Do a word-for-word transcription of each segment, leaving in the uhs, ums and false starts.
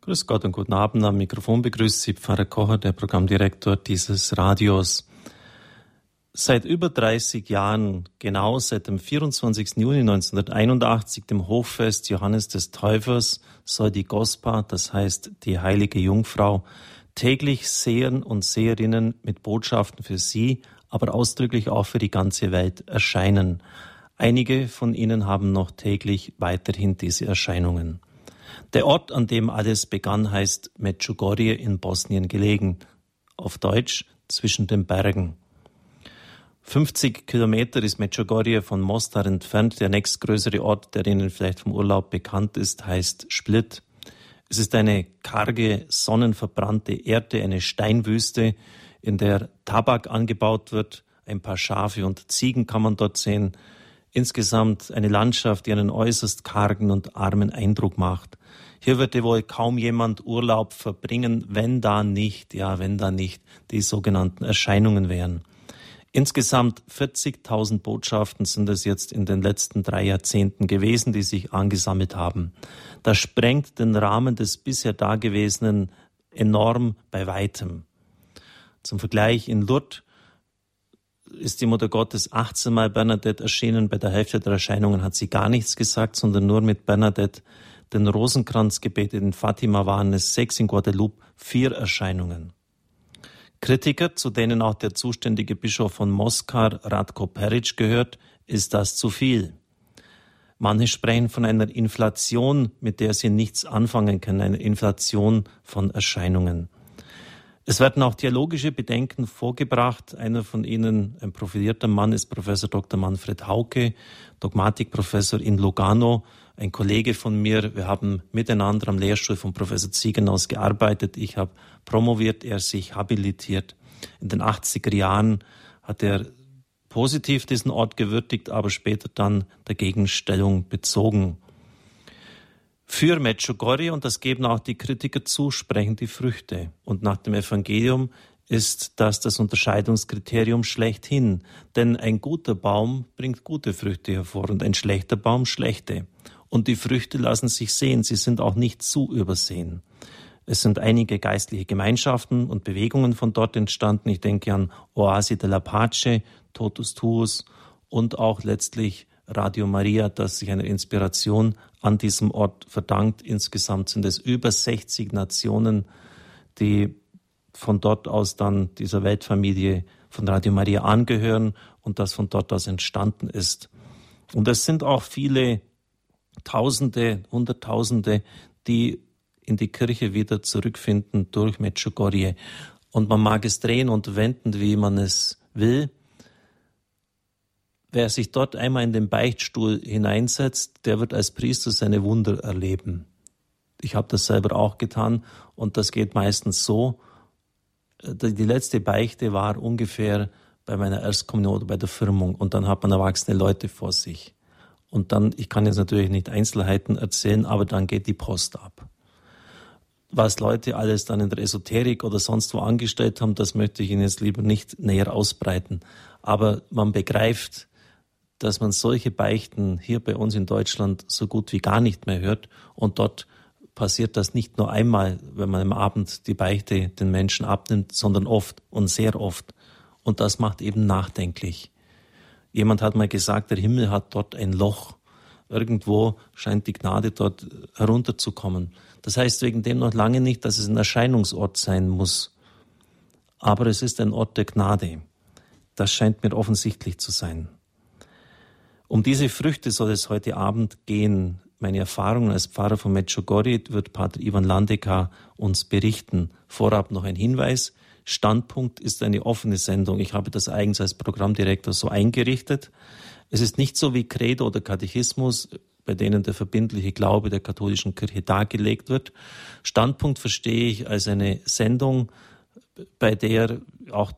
Grüß Gott und guten Abend. Am Mikrofon begrüßt Sie Pfarrer Kocher, der Programmdirektor dieses Radios. Seit über dreißig Jahren, genau seit dem vierundzwanzigsten Juni neunzehnhunderteinundachtzig, dem Hochfest Johannes des Täufers, soll die Gospa, das heißt die heilige Jungfrau, täglich Sehern und Seherinnen mit Botschaften für sie, aber ausdrücklich auch für die ganze Welt erscheinen. Einige von ihnen haben noch täglich weiterhin diese Erscheinungen. Der Ort, an dem alles begann, heißt Medjugorje in Bosnien gelegen, auf Deutsch zwischen den Bergen. fünfzig Kilometer ist Medjugorje von Mostar entfernt. Der nächstgrößere Ort, der Ihnen vielleicht vom Urlaub bekannt ist, heißt Split. Es ist eine karge, sonnenverbrannte Erde, eine Steinwüste, in der Tabak angebaut wird. Ein paar Schafe und Ziegen kann man dort sehen. Insgesamt eine Landschaft, die einen äußerst kargen und armen Eindruck macht. Hier würde wohl kaum jemand Urlaub verbringen, wenn da nicht, ja, wenn da nicht die sogenannten Erscheinungen wären. Insgesamt vierzigtausend Botschaften sind es jetzt in den letzten drei Jahrzehnten gewesen, die sich angesammelt haben. Das sprengt den Rahmen des bisher Dagewesenen enorm bei weitem. Zum Vergleich, in Lourdes ist die Mutter Gottes achtzehn Mal Bernadette erschienen. Bei der Hälfte der Erscheinungen hat sie gar nichts gesagt, sondern nur mit Bernadette. Den Rosenkranzgebet in Fatima waren es sechs, in Guadeloupe vier Erscheinungen. Kritiker, zu denen auch der zuständige Bischof von Mostar, Ratko Peric, gehört, ist das zu viel. Manche sprechen von einer Inflation, mit der sie nichts anfangen können, eine Inflation von Erscheinungen. Es werden auch theologische Bedenken vorgebracht. Einer von ihnen, ein profilierter Mann, ist Professor Doktor Manfred Hauke, Dogmatikprofessor in Lugano, ein Kollege von mir. Wir haben miteinander am Lehrstuhl von Professor Ziegenhaus gearbeitet. Ich habe promoviert, er sich habilitiert. In den achtziger Jahren hat er positiv diesen Ort gewürdigt, aber später dann dagegen Stellung bezogen. Für Medjugorje, und das geben auch die Kritiker zu, sprechen die Früchte. Und nach dem Evangelium ist das das Unterscheidungskriterium schlechthin. Denn ein guter Baum bringt gute Früchte hervor und ein schlechter Baum schlechte. Und die Früchte lassen sich sehen, sie sind auch nicht zu übersehen. Es sind einige geistliche Gemeinschaften und Bewegungen von dort entstanden. Ich denke an Oasi de la Pace, Totus Tuus und auch letztlich Radio Maria, das sich einer Inspiration an diesem Ort verdankt. Insgesamt sind es über sechzig Nationen, die von dort aus dann dieser Weltfamilie von Radio Maria angehören und das von dort aus entstanden ist. Und es sind auch viele Tausende, Hunderttausende, die in die Kirche wieder zurückfinden durch Medjugorje. Und man mag es drehen und wenden, wie man es will. Wer sich dort einmal in den Beichtstuhl hineinsetzt, der wird als Priester seine Wunder erleben. Ich habe das selber auch getan und das geht meistens so. Die letzte Beichte war ungefähr bei meiner Erstkommunion oder bei der Firmung und dann hat man erwachsene Leute vor sich. Und dann, ich kann jetzt natürlich nicht Einzelheiten erzählen, aber dann geht die Post ab. Was Leute alles dann in der Esoterik oder sonst wo angestellt haben, das möchte ich Ihnen jetzt lieber nicht näher ausbreiten. Aber man begreift, dass man solche Beichten hier bei uns in Deutschland so gut wie gar nicht mehr hört. Und dort passiert das nicht nur einmal, wenn man am Abend die Beichte den Menschen abnimmt, sondern oft und sehr oft. Und das macht eben nachdenklich. Jemand hat mal gesagt, der Himmel hat dort ein Loch. Irgendwo scheint die Gnade dort herunterzukommen. Das heißt wegen dem noch lange nicht, dass es ein Erscheinungsort sein muss. Aber es ist ein Ort der Gnade. Das scheint mir offensichtlich zu sein. Um diese Früchte soll es heute Abend gehen. Meine Erfahrungen als Pfarrer von Medjugorje wird Pater Ivan Landeka uns berichten. Vorab noch ein Hinweis. Standpunkt ist eine offene Sendung. Ich habe das eigens als Programmdirektor so eingerichtet. Es ist nicht so wie Credo oder Katechismus, bei denen der verbindliche Glaube der katholischen Kirche dargelegt wird. Standpunkt verstehe ich als eine Sendung, bei der auch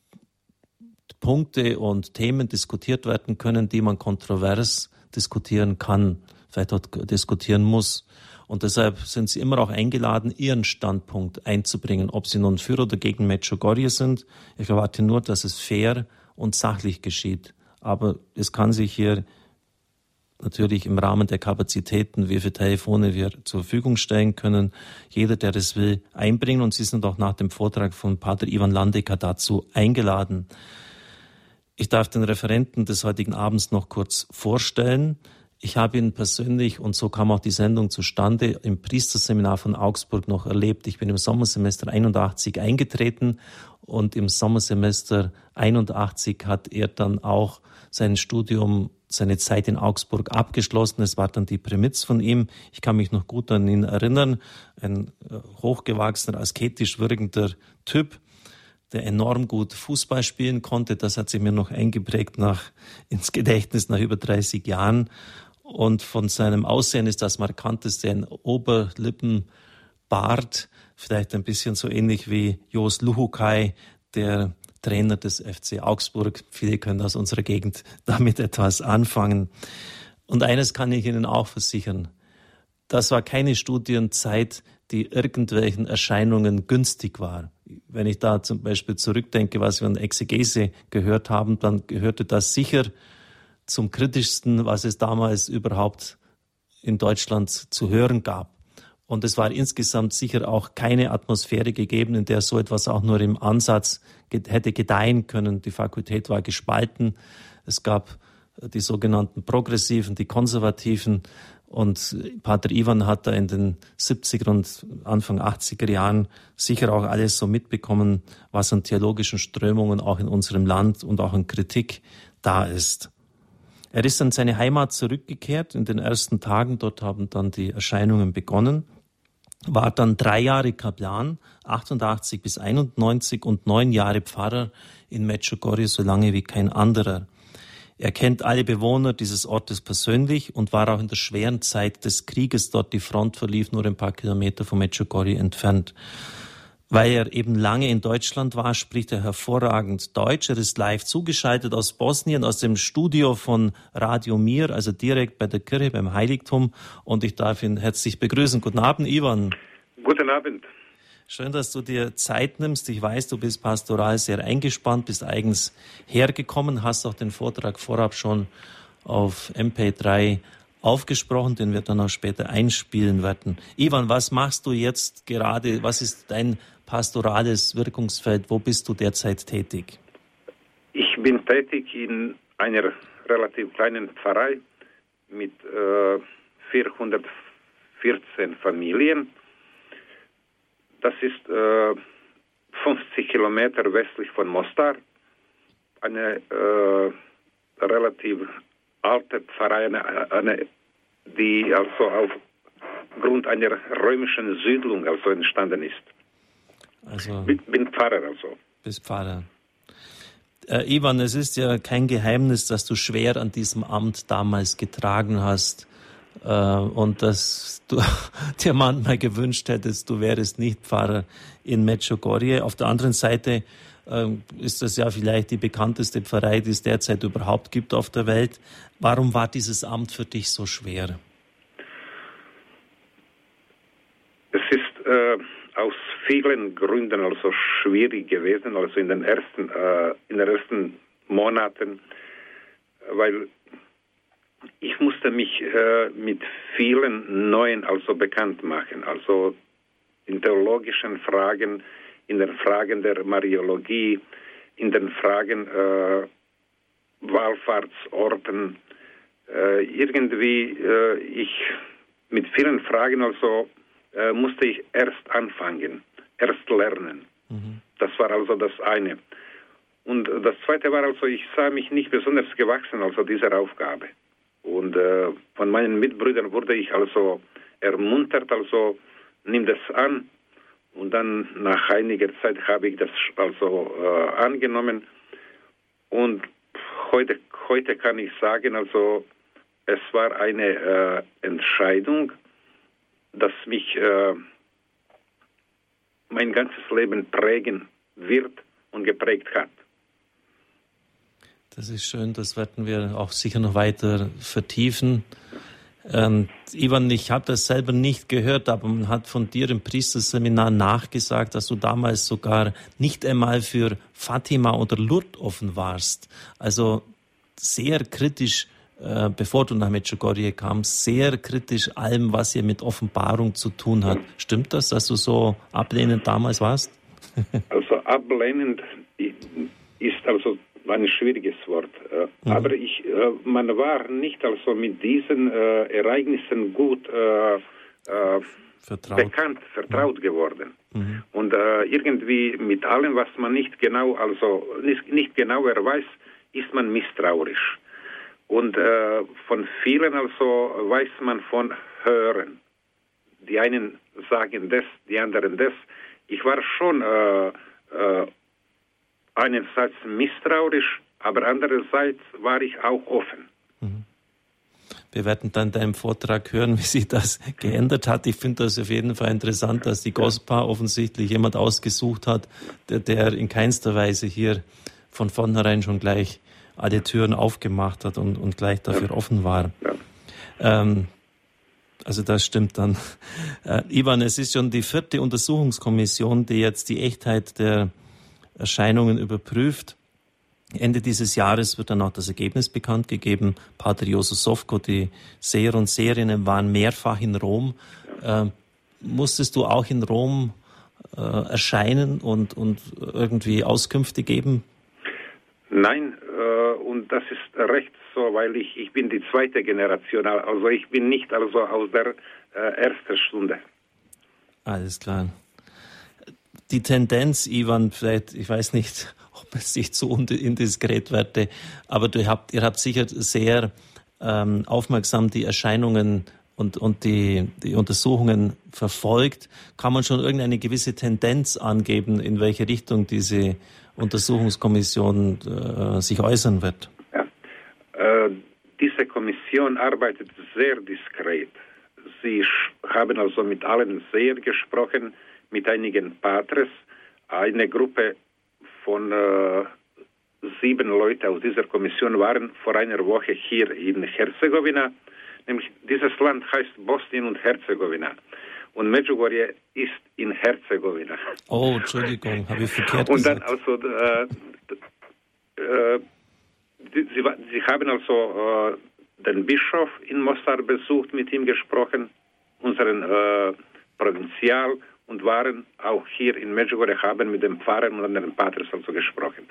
Punkte und Themen diskutiert werden können, die man kontrovers diskutieren kann, vielleicht auch diskutieren muss. Und deshalb sind Sie immer auch eingeladen, Ihren Standpunkt einzubringen, ob Sie nun für oder gegen Medjugorje sind. Ich erwarte nur, dass es fair und sachlich geschieht. Aber es kann sich hier natürlich im Rahmen der Kapazitäten, wie viele Telefone wir zur Verfügung stellen können, jeder, der das will, einbringen. Und Sie sind auch nach dem Vortrag von Pater Ivan Landecker dazu eingeladen. Ich darf den Referenten des heutigen Abends noch kurz vorstellen. Ich habe ihn persönlich, und so kam auch die Sendung zustande, im Priesterseminar von Augsburg noch erlebt. Ich bin im Sommersemester einundachtzig eingetreten und im Sommersemester einundachtzig hat er dann auch sein Studium, seine Zeit in Augsburg abgeschlossen. Es war dann die Prämiz von ihm. Ich kann mich noch gut an ihn erinnern. Ein hochgewachsener, asketisch wirkender Typ, der enorm gut Fußball spielen konnte. Das hat sich mir noch eingeprägt nach, ins Gedächtnis nach über dreißig Jahren. Und von seinem Aussehen ist das markanteste ein Oberlippenbart, vielleicht ein bisschen so ähnlich wie Jos Luhukay, der Trainer des F C Augsburg. Viele können aus unserer Gegend damit etwas anfangen. Und eines kann ich Ihnen auch versichern. Das war keine Studienzeit, die irgendwelchen Erscheinungen günstig war. Wenn ich da zum Beispiel zurückdenke, was wir an Exegese gehört haben, dann gehörte das sicher zum kritischsten, was es damals überhaupt in Deutschland zu hören gab. Und es war insgesamt sicher auch keine Atmosphäre gegeben, in der so etwas auch nur im Ansatz hätte gedeihen können. Die Fakultät war gespalten. Es gab die sogenannten Progressiven, die Konservativen. Und Pater Ivan hat da in den siebziger und Anfang achtziger Jahren sicher auch alles so mitbekommen, was an theologischen Strömungen auch in unserem Land und auch an Kritik da ist. Er ist an seine Heimat zurückgekehrt in den ersten Tagen. Dort haben dann die Erscheinungen begonnen. War dann drei Jahre Kaplan, achtundachtzig bis einundneunzig und neun Jahre Pfarrer in Medjugorje, so lange wie kein anderer. Er kennt alle Bewohner dieses Ortes persönlich und war auch in der schweren Zeit des Krieges dort. Die Front verlief nur ein paar Kilometer von Medjugorje entfernt. Weil er eben lange in Deutschland war, spricht er hervorragend Deutsch. Er ist live zugeschaltet aus Bosnien, aus dem Studio von Radio Mir, also direkt bei der Kirche, beim Heiligtum. Und ich darf ihn herzlich begrüßen. Guten Abend, Ivan. Guten Abend. Schön, dass du dir Zeit nimmst. Ich weiß, du bist pastoral sehr eingespannt, bist eigens hergekommen, hast auch den Vortrag vorab schon auf M P drei aufgesprochen, den wir dann auch später einspielen werden. Ivan, was machst du jetzt gerade? Was ist dein pastorales Wirkungsfeld? Wo bist du derzeit tätig? Ich bin tätig in einer relativ kleinen Pfarrei mit äh, vierhundertvierzehn Familien. Das ist äh, fünfzig Kilometer westlich von Mostar. Eine äh, relativ alte Pfarrei, eine, eine, die also aufgrund einer römischen Siedlung also entstanden ist. Also, bin, bin Pfarrer also. Bist Pfarrer. Äh, Ivan, es ist ja kein Geheimnis, dass du schwer an diesem Amt damals getragen hast äh, und dass du dir manchmal gewünscht hättest, du wärest nicht Pfarrer in Medjugorje. Auf der anderen Seite äh, ist das ja vielleicht die bekannteste Pfarrei, die es derzeit überhaupt gibt auf der Welt. Warum war dieses Amt für dich so schwer? Es ist äh, aus vielen Gründen also schwierig gewesen, also in den ersten, äh, in den ersten Monaten, weil ich musste mich äh, mit vielen Neuen also bekannt machen, also in theologischen Fragen, in den Fragen der Mariologie, in den Fragen äh, Wallfahrtsorten, äh, irgendwie äh, ich mit vielen Fragen also äh, musste ich erst anfangen, erst lernen. Mhm. Das war also das eine. Und das zweite war also, ich sah mich nicht besonders gewachsen also dieser Aufgabe. Und äh, von meinen Mitbrüdern wurde ich also ermuntert, also nimm das an. Und dann nach einiger Zeit habe ich das also äh, angenommen. Und heute, heute kann ich sagen, also es war eine äh, Entscheidung, dass mich äh, mein ganzes Leben prägen wird und geprägt hat. Das ist schön, das werden wir auch sicher noch weiter vertiefen. Ähm, Ivan, ich habe das selber nicht gehört, aber man hat von dir im Priesterseminar nachgesagt, dass du damals sogar nicht einmal für Fatima oder Lourdes offen warst. Also sehr kritisch äh, bevor du nach Medjugorje kamst, sehr kritisch allem, was hier mit Offenbarung zu tun hat. Stimmt das, dass du so ablehnend damals warst? Also ablehnend ist also ein schwieriges Wort. Mhm. Aber ich, man war nicht also mit diesen äh, Ereignissen gut äh, äh, vertraut. bekannt, vertraut mhm. geworden. Mhm. Und äh, irgendwie mit allem, was man nicht genau, also nicht, nicht genauer weiß, ist man misstrauisch. Und äh, von vielen also weiß man von Hören. Die einen sagen das, die anderen das. Ich war schon äh, äh, einerseits misstrauisch, aber andererseits war ich auch offen. Mhm. Wir werden dann deinem Vortrag hören, wie sich das geändert hat. Ich finde das auf jeden Fall interessant, dass die Gospa offensichtlich jemand ausgesucht hat, der, der in keinster Weise hier von vornherein schon gleich alle Türen aufgemacht hat und, und gleich dafür ja. offen war. Ja. Ähm, also das stimmt dann. Äh, Ivan, es ist schon die vierte Untersuchungskommission, die jetzt die Echtheit der Erscheinungen überprüft. Ende dieses Jahres wird dann auch das Ergebnis bekannt gegeben. Pater Josu Sofko, die Seher und Seherinnen waren mehrfach in Rom. Äh, musstest du auch in Rom äh, erscheinen und, und irgendwie Auskünfte geben? Nein, äh, und das ist recht so, weil ich, ich bin die zweite Generation, also ich bin nicht also aus der äh, ersten Stunde. Alles klar. Die Tendenz, Ivan, vielleicht, ich weiß nicht, ob es sich zu indiskret werde, aber du habt, ihr habt sicher sehr ähm, aufmerksam die Erscheinungen und, und die, die Untersuchungen verfolgt. Kann man schon irgendeine gewisse Tendenz angeben, in welche Richtung diese Untersuchungskommission äh, sich äußern wird? Ja. Äh, diese Kommission arbeitet sehr diskret. Sie haben also mit allen sehr gesprochen, mit einigen Patres. Eine Gruppe von äh, sieben Leuten aus dieser Kommission waren vor einer Woche hier in Herzegowina. Nämlich dieses Land heißt Bosnien und Herzegowina. Und Medjugorje ist in Herzegowina. Oh, Entschuldigung, habe ich verkehrt und gesagt. Und dann also, äh, äh, sie, sie haben also äh, den Bischof in Mostar besucht, mit ihm gesprochen, unseren äh, Provinzial, und waren auch hier in Medjugorje, haben mit dem Pfarrer und anderen Patres also gesprochen.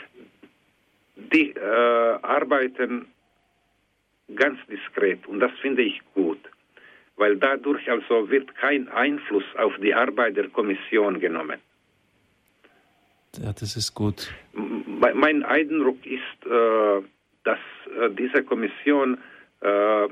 Die äh, arbeiten ganz diskret und das finde ich gut, weil dadurch also wird kein Einfluss auf die Arbeit der Kommission genommen. Ja, das ist gut. M- mein Eindruck ist, äh, dass äh, diese Kommission äh,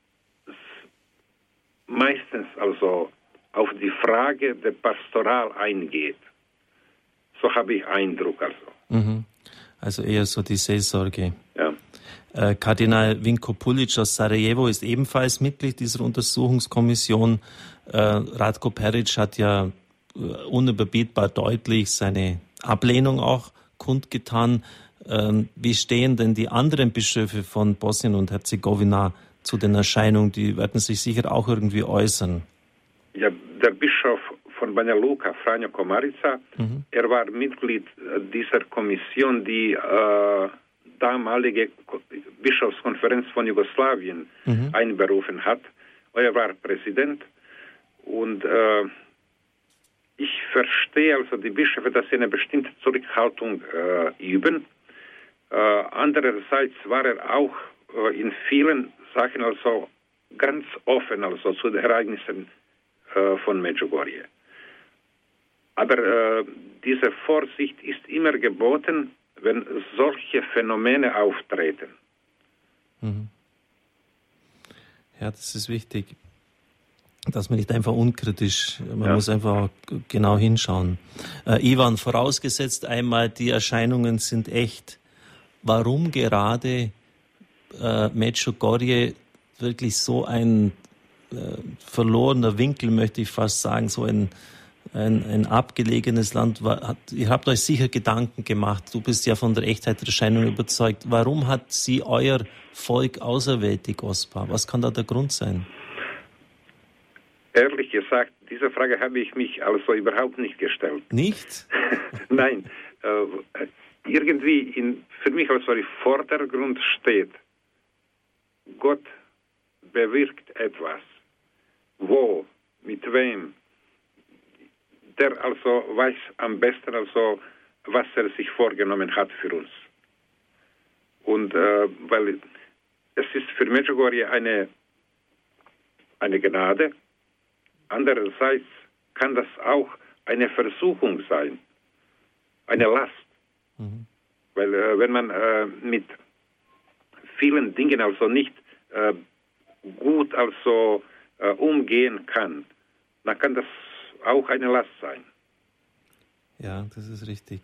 meistens also auf die Frage der Pastoral eingeht. So habe ich Eindruck also. Mhm. Also eher so die Seelsorge. Ja. Äh, Kardinal Vinko Pulic aus Sarajevo ist ebenfalls Mitglied dieser Untersuchungskommission. Äh, Ratko Peric hat ja äh, unüberbietbar deutlich seine Ablehnung auch kundgetan. Ähm, wie stehen denn die anderen Bischöfe von Bosnien und Herzegowina zu den Erscheinungen? Die werden sich sicher auch irgendwie äußern. Ja, der Bischof von Banja Luka, Franjo Komarica, mhm. er war Mitglied dieser Kommission, die äh, damalige Bischofskonferenz von Jugoslawien mhm. einberufen hat. Er war Präsident und äh, ich verstehe also die Bischöfe, dass sie eine bestimmte Zurückhaltung äh, üben. Äh, andererseits war er auch äh, in vielen Sachen also ganz offen also zu den Ereignissen äh, von Medjugorje. Aber äh, diese Vorsicht ist immer geboten, wenn solche Phänomene auftreten. Mhm. Ja, das ist wichtig, dass man nicht einfach unkritisch, man ja. muss einfach genau hinschauen. Äh, Ivan, vorausgesetzt einmal, die Erscheinungen sind echt. Warum gerade äh, Medjugorje wirklich so ein äh, verlorener Winkel, möchte ich fast sagen, so ein Ein, ein abgelegenes Land. Hat, ihr habt euch sicher Gedanken gemacht. Du bist ja von der Echtheit der Erscheinung überzeugt. Warum hat sie euer Volk auserwählt, die Gospa? Was kann da der Grund sein? Ehrlich gesagt, diese Frage habe ich mich also überhaupt nicht gestellt. Nicht? Nein. Äh, irgendwie in, für mich also im Vordergrund steht Gott bewirkt etwas. Wo, mit wem? Der also weiß am besten, also, was er sich vorgenommen hat für uns. Und äh, weil es ist für Medjugorje eine, eine Gnade, andererseits kann das auch eine Versuchung sein, eine Last. Mhm. Weil äh, wenn man äh, mit vielen Dingen also nicht äh, gut also äh, umgehen kann, dann kann das auch eine Last sein. Ja, das ist richtig.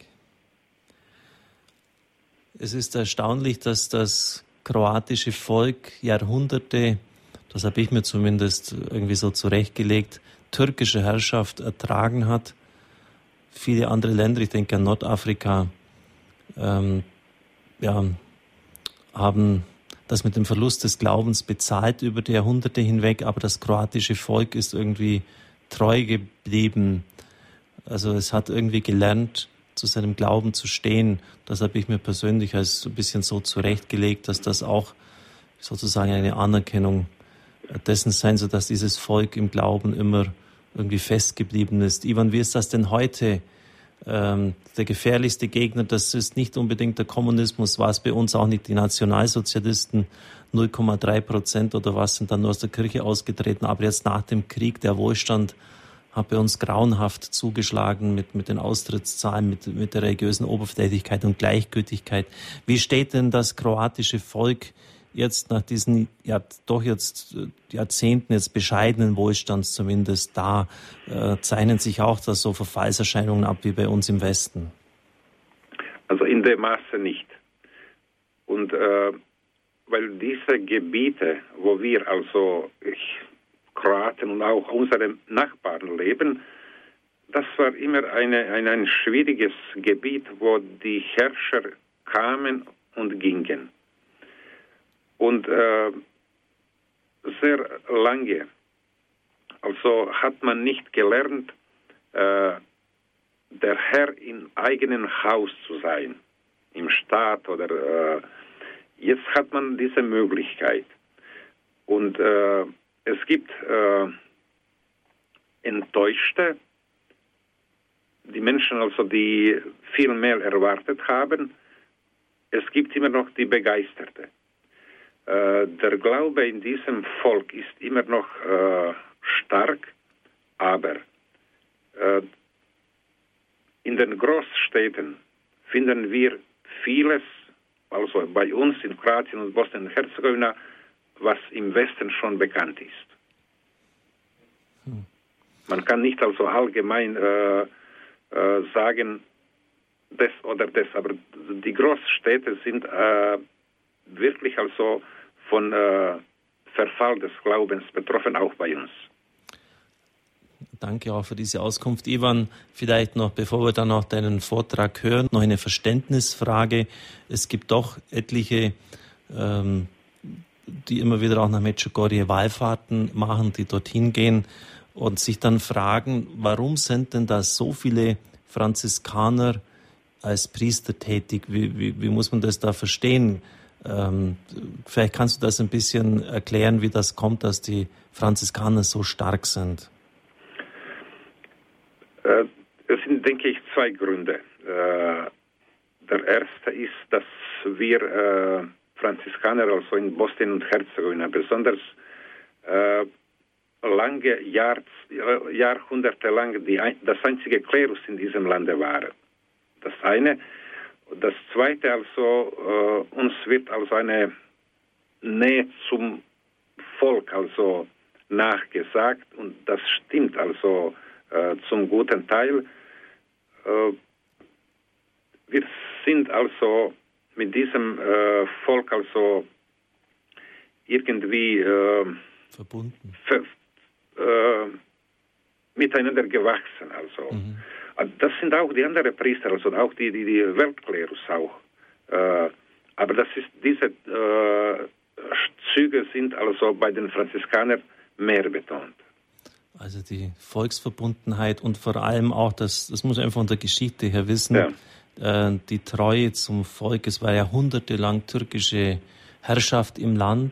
Es ist erstaunlich, dass das kroatische Volk Jahrhunderte, das habe ich mir zumindest irgendwie so zurechtgelegt, türkische Herrschaft ertragen hat. Viele andere Länder, ich denke an Nordafrika, ähm, ja, haben das mit dem Verlust des Glaubens bezahlt über die Jahrhunderte hinweg, aber das kroatische Volk ist irgendwie treu geblieben. Also es hat irgendwie gelernt, zu seinem Glauben zu stehen. Das habe ich mir persönlich als ein bisschen so zurechtgelegt, dass das auch sozusagen eine Anerkennung dessen sein soll, dass dieses Volk im Glauben immer irgendwie festgeblieben ist. Ivan, wie ist das denn heute? Ähm, der gefährlichste Gegner, das ist nicht unbedingt der Kommunismus, war es bei uns auch nicht die Nationalsozialisten, null Komma drei Prozent oder was sind dann nur aus der Kirche ausgetreten, aber jetzt nach dem Krieg, der Wohlstand hat bei uns grauenhaft zugeschlagen mit, mit den Austrittszahlen, mit, mit der religiösen Oberflächlichkeit und Gleichgültigkeit. Wie steht denn das kroatische Volk jetzt nach diesen ja doch jetzt Jahrzehnten jetzt bescheidenen Wohlstands zumindest da? Äh, zeichnen sich auch da so Verfallserscheinungen ab wie bei uns im Westen? Also in dem Maße nicht. Und äh, weil diese Gebiete, wo wir also ich, Kroaten und auch unsere Nachbarn leben, das war immer eine, ein, ein schwieriges Gebiet, wo die Herrscher kamen und gingen. Und äh, sehr lange, also hat man nicht gelernt, äh, der Herr im eigenen Haus zu sein, im Staat oder äh, jetzt hat man diese Möglichkeit. Und äh, es gibt äh, Enttäuschte, die Menschen also, die viel mehr erwartet haben. Es gibt immer noch die Begeisterte. Äh, der Glaube in diesem Volk ist immer noch äh, stark, aber äh, in den Großstädten finden wir vieles, also bei uns in Kroatien und Bosnien und Herzegowina, was im Westen schon bekannt ist. Hm. Man kann nicht also allgemein äh, äh, sagen, das oder das, aber die Großstädte sind äh, wirklich also von äh, Verfall des Glaubens betroffen, auch bei uns. Danke auch für diese Auskunft. Ivan, vielleicht noch, bevor wir dann noch deinen Vortrag hören, noch eine Verständnisfrage. Es gibt doch etliche ähm, die immer wieder auch nach Medjugorje Wallfahrten machen, die dorthin gehen und sich dann fragen, warum sind denn da so viele Franziskaner als Priester tätig? Wie, wie, wie muss man das da verstehen? Ähm, vielleicht kannst du das ein bisschen erklären, wie das kommt, dass die Franziskaner so stark sind. Äh, es sind, denke ich, zwei Gründe. Äh, der erste ist, dass wir äh, Franziskaner, also in Bosnien und Herzegowina, besonders äh, lange Jahr, Jahrhunderte lang die, das einzige Klerus in diesem Lande waren. Das eine. Das zweite, also äh, uns wird also eine Nähe zum Volk also nachgesagt und das stimmt also äh, zum guten Teil. Äh, wir sind also mit diesem äh, Volk also irgendwie äh, verbunden, ver, äh, miteinander gewachsen. Also. Mhm. Das sind auch die anderen Priester, also auch die, die, die Weltklerus auch. Äh, aber das ist, diese äh, Züge sind also bei den Franziskanern mehr betont. Also die Volksverbundenheit und vor allem auch, das, das muss man einfach von der Geschichte her wissen, ja. äh, die Treue zum Volk. Es war jahrhundertelang türkische Herrschaft im Land. Ja.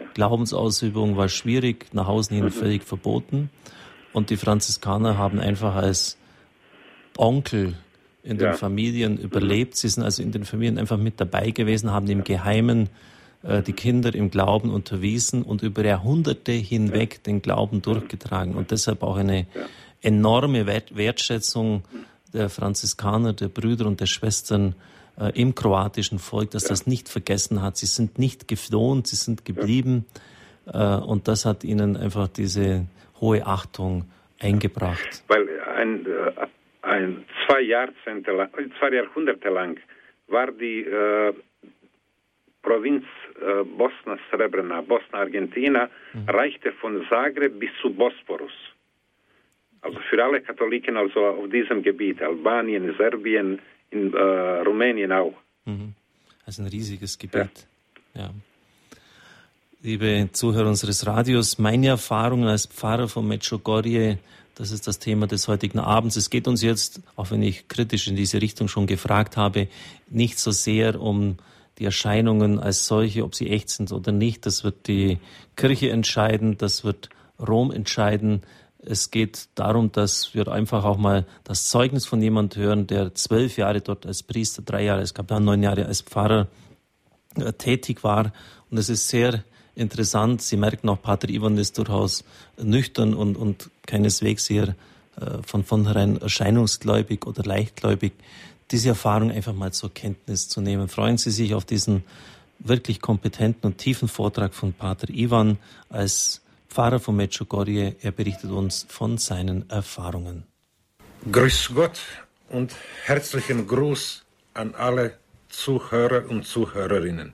Glaubensausübung war schwierig, nach außen hin mhm. völlig verboten. Und die Franziskaner haben einfach als Onkel in ja. den Familien überlebt. Sie sind also in den Familien einfach mit dabei gewesen, haben im Geheimen äh, die Kinder im Glauben unterwiesen und über Jahrhunderte hinweg ja. den Glauben durchgetragen. Und deshalb auch eine ja. enorme Wert- Wertschätzung der Franziskaner, der Brüder und der Schwestern äh, im kroatischen Volk, dass ja. das nicht vergessen hat. Sie sind nicht geflohen, sie sind geblieben. Ja. Äh, und das hat ihnen einfach diese hohe Achtung eingebracht. Weil ein, ein zwei Jahrzehnte lang, zwei Jahrhunderte lang war die äh, Provinz äh, Bosna Srebrena, Bosna Argentina, mhm. reichte von Zagreb bis zu Bosporus. Also für alle Katholiken also auf diesem Gebiet, Albanien, Serbien, in äh, Rumänien auch. Mhm. Also ein riesiges Gebiet. Ja. ja. Liebe Zuhörer unseres Radios, meine Erfahrungen als Pfarrer von Medjugorje, das ist das Thema des heutigen Abends. Es geht uns jetzt, auch wenn ich kritisch in diese Richtung schon gefragt habe, nicht so sehr um die Erscheinungen als solche, ob sie echt sind oder nicht. Das wird die Kirche entscheiden, das wird Rom entscheiden. Es geht darum, dass wir einfach auch mal das Zeugnis von jemand hören, der zwölf Jahre dort als Priester, drei Jahre als Kaplan, neun Jahre als Pfarrer äh, tätig war. Und es ist sehr interessant. Sie merken auch, Pater Ivan ist durchaus nüchtern und, und keineswegs hier äh, von vornherein erscheinungsgläubig oder leichtgläubig. Diese Erfahrung einfach mal zur Kenntnis zu nehmen. Freuen Sie sich auf diesen wirklich kompetenten und tiefen Vortrag von Pater Ivan als Pfarrer von Medjugorje. Er berichtet uns von seinen Erfahrungen. Grüß Gott und herzlichen Gruß an alle Zuhörer und Zuhörerinnen.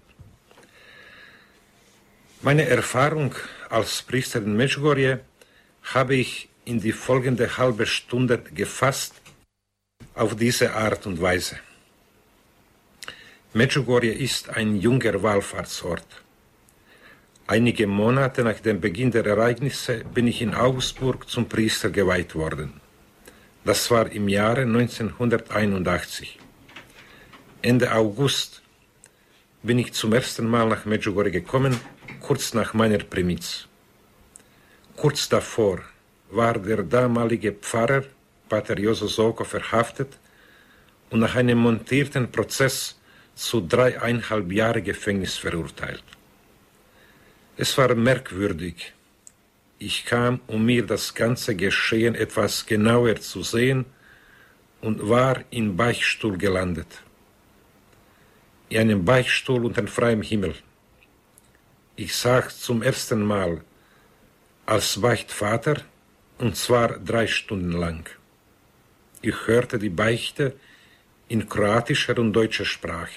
Meine Erfahrung als Priester in Medjugorje habe ich in die folgende halbe Stunde gefasst auf diese Art und Weise. Medjugorje ist ein junger Wallfahrtsort. Einige Monate nach dem Beginn der Ereignisse bin ich in Augsburg zum Priester geweiht worden. Das war im Jahre neunzehnhunderteinundachtzig. Ende August bin ich zum ersten Mal nach Medjugorje gekommen, kurz nach meiner Primitz. Kurz davor war der damalige Pfarrer, Pater Jozo Soko, verhaftet und nach einem montierten Prozess zu dreieinhalb Jahre Gefängnis verurteilt. Es war merkwürdig. Ich kam, um mir das ganze Geschehen etwas genauer zu sehen, und war im Beichtstuhl gelandet. In einem Beichtstuhl unter freiem Himmel. Ich saß zum ersten Mal als Beichtvater, und zwar drei Stunden lang. Ich hörte die Beichte in kroatischer und deutscher Sprache.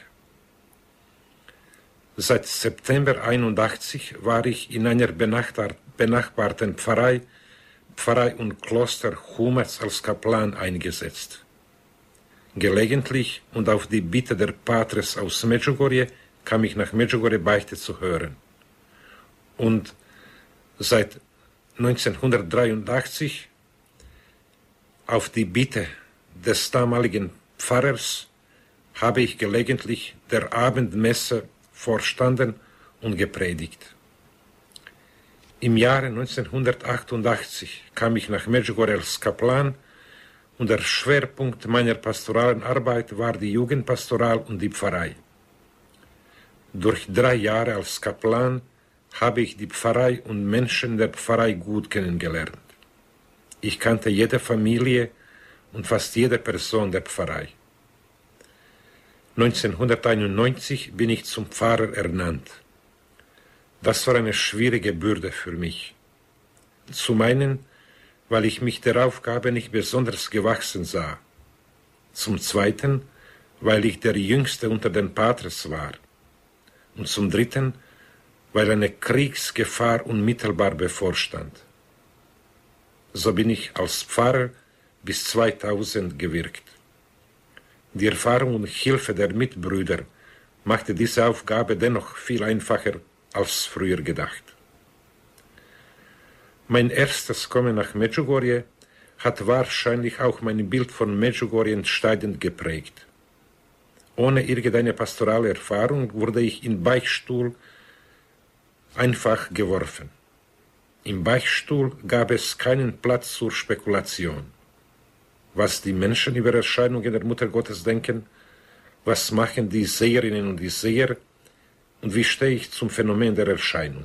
Seit September einundachtzig war ich in einer benachbarten Pfarrei, Pfarrei und Kloster Humac als Kaplan eingesetzt. Gelegentlich und auf die Bitte der Patres aus Medjugorje kam ich nach Medjugorje Beichte zu hören. Und seit neunzehnhundertdreiundachtzig auf die Bitte des damaligen Pfarrers habe ich gelegentlich der Abendmesse vorstanden und gepredigt. Im Jahre neunzehnhundertachtundachtzig kam ich nach Medjugorje als Kaplan und der Schwerpunkt meiner pastoralen Arbeit war die Jugendpastoral und die Pfarrei. Durch drei Jahre als Kaplan habe ich die Pfarrei und Menschen der Pfarrei gut kennengelernt. Ich kannte jede Familie und fast jede Person der Pfarrei. neunzehnhunderteinundneunzig bin ich zum Pfarrer ernannt. Das war eine schwierige Bürde für mich. Zum einen, weil ich mich der Aufgabe nicht besonders gewachsen sah. Zum zweiten, weil ich der Jüngste unter den Patres war. Und zum dritten, weil eine Kriegsgefahr unmittelbar bevorstand. So bin ich als Pfarrer bis zweitausend gewirkt. Die Erfahrung und Hilfe der Mitbrüder machte diese Aufgabe dennoch viel einfacher als früher gedacht. Mein erstes Kommen nach Medjugorje hat wahrscheinlich auch mein Bild von Medjugorje entscheidend geprägt. Ohne irgendeine pastorale Erfahrung wurde ich im Beichtstuhl einfach geworfen. Im Beichtstuhl gab es keinen Platz zur Spekulation. Was die Menschen über Erscheinungen der Mutter Gottes denken, was machen die Seherinnen und die Seher und wie stehe ich zum Phänomen der Erscheinung.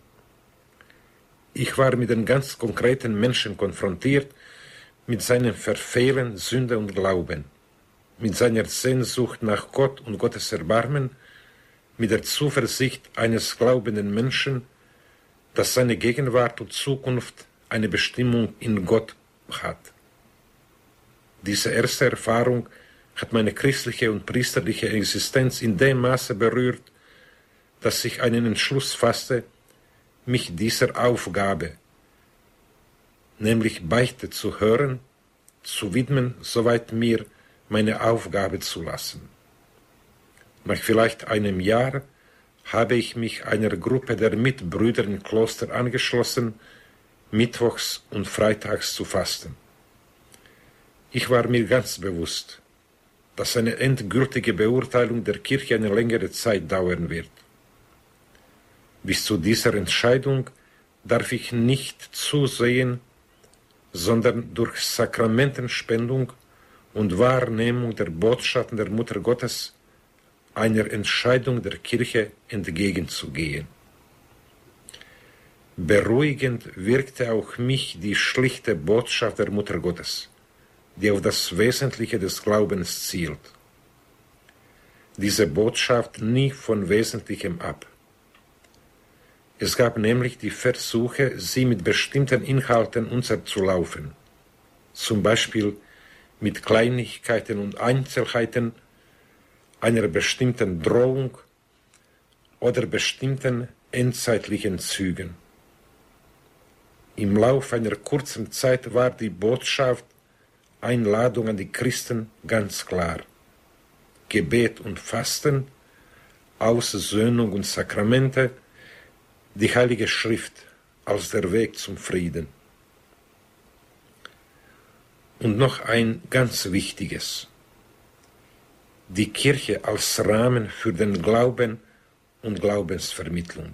Ich war mit den ganz konkreten Menschen konfrontiert, mit seinem Verfehlen, Sünde und Glauben, mit seiner Sehnsucht nach Gott und Gottes Erbarmen, mit der Zuversicht eines glaubenden Menschen, dass seine Gegenwart und Zukunft eine Bestimmung in Gott hat. Diese erste Erfahrung hat meine christliche und priesterliche Existenz in dem Maße berührt, dass ich einen Entschluss fasste, mich dieser Aufgabe, nämlich Beichte zu hören, zu widmen, soweit mir meine Aufgabe zu lassen. Nach vielleicht einem Jahr habe ich mich einer Gruppe der Mitbrüder im Kloster angeschlossen, mittwochs und freitags zu fasten. Ich war mir ganz bewusst, dass eine endgültige Beurteilung der Kirche eine längere Zeit dauern wird. Bis zu dieser Entscheidung darf ich nicht zusehen, sondern durch Sakramentenspendung und Wahrnehmung der Botschaften der Mutter Gottes einer Entscheidung der Kirche entgegenzugehen. Beruhigend wirkte auch mich die schlichte Botschaft der Mutter Gottes, die auf das Wesentliche des Glaubens zielt. Diese Botschaft nie von Wesentlichem ab. Es gab nämlich die Versuche, sie mit bestimmten Inhalten unterzulaufen, zum Beispiel mit Kleinigkeiten und Einzelheiten einer bestimmten Drohung oder bestimmten endzeitlichen Zügen. Im Lauf einer kurzen Zeit war die Botschaft, Einladung an die Christen ganz klar. Gebet und Fasten, Aussöhnung und Sakramente, die Heilige Schrift als der Weg zum Frieden. Und noch ein ganz Wichtiges. Die Kirche als Rahmen für den Glauben und Glaubensvermittlung.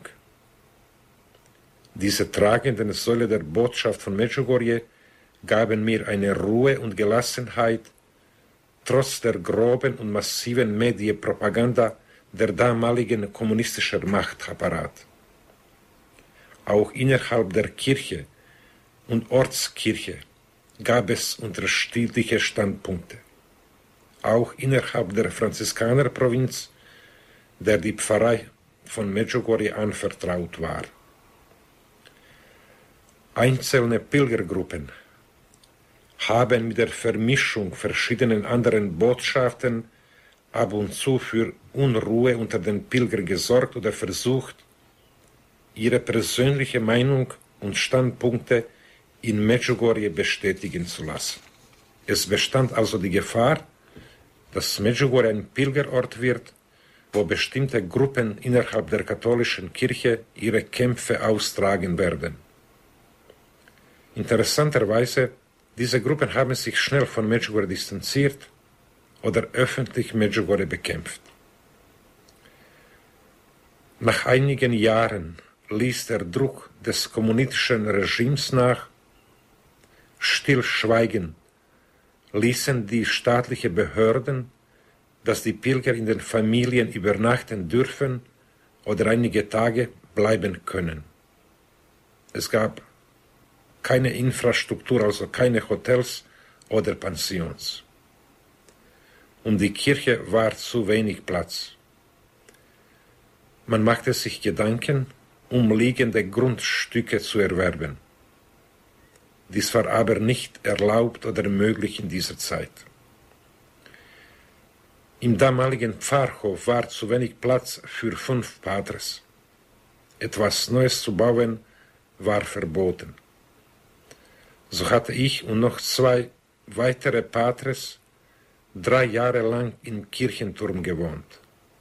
Diese tragenden Säule der Botschaft von Medjugorje gaben mir eine Ruhe und Gelassenheit, trotz der groben und massiven Medienpropaganda der damaligen kommunistischen Machtapparat. Auch innerhalb der Kirche und Ortskirche gab es unterschiedliche Standpunkte. Auch innerhalb der Franziskanerprovinz, der die Pfarrei von Medjugorje anvertraut war. Einzelne Pilgergruppen haben mit der Vermischung verschiedenen anderen Botschaften ab und zu für Unruhe unter den Pilgern gesorgt oder versucht, ihre persönliche Meinung und Standpunkte in Medjugorje bestätigen zu lassen. Es bestand also die Gefahr, dass Medjugorje ein Pilgerort wird, wo bestimmte Gruppen innerhalb der katholischen Kirche ihre Kämpfe austragen werden. Interessanterweise, diese Gruppen haben sich schnell von Medjugorje distanziert oder öffentlich Medjugorje bekämpft. Nach einigen Jahren ließ der Druck des kommunistischen Regimes nach. Stillschweigen ließen die staatlichen Behörden, dass die Pilger in den Familien übernachten dürfen oder einige Tage bleiben können. Es gab keine Infrastruktur, also keine Hotels oder Pensions. Um die Kirche war zu wenig Platz. Man machte sich Gedanken, umliegende Grundstücke zu erwerben. Dies war aber nicht erlaubt oder möglich in dieser Zeit. Im damaligen Pfarrhof war zu wenig Platz für fünf Patres. Etwas Neues zu bauen war verboten. So hatte ich und noch zwei weitere Patres drei Jahre lang im Kirchenturm gewohnt.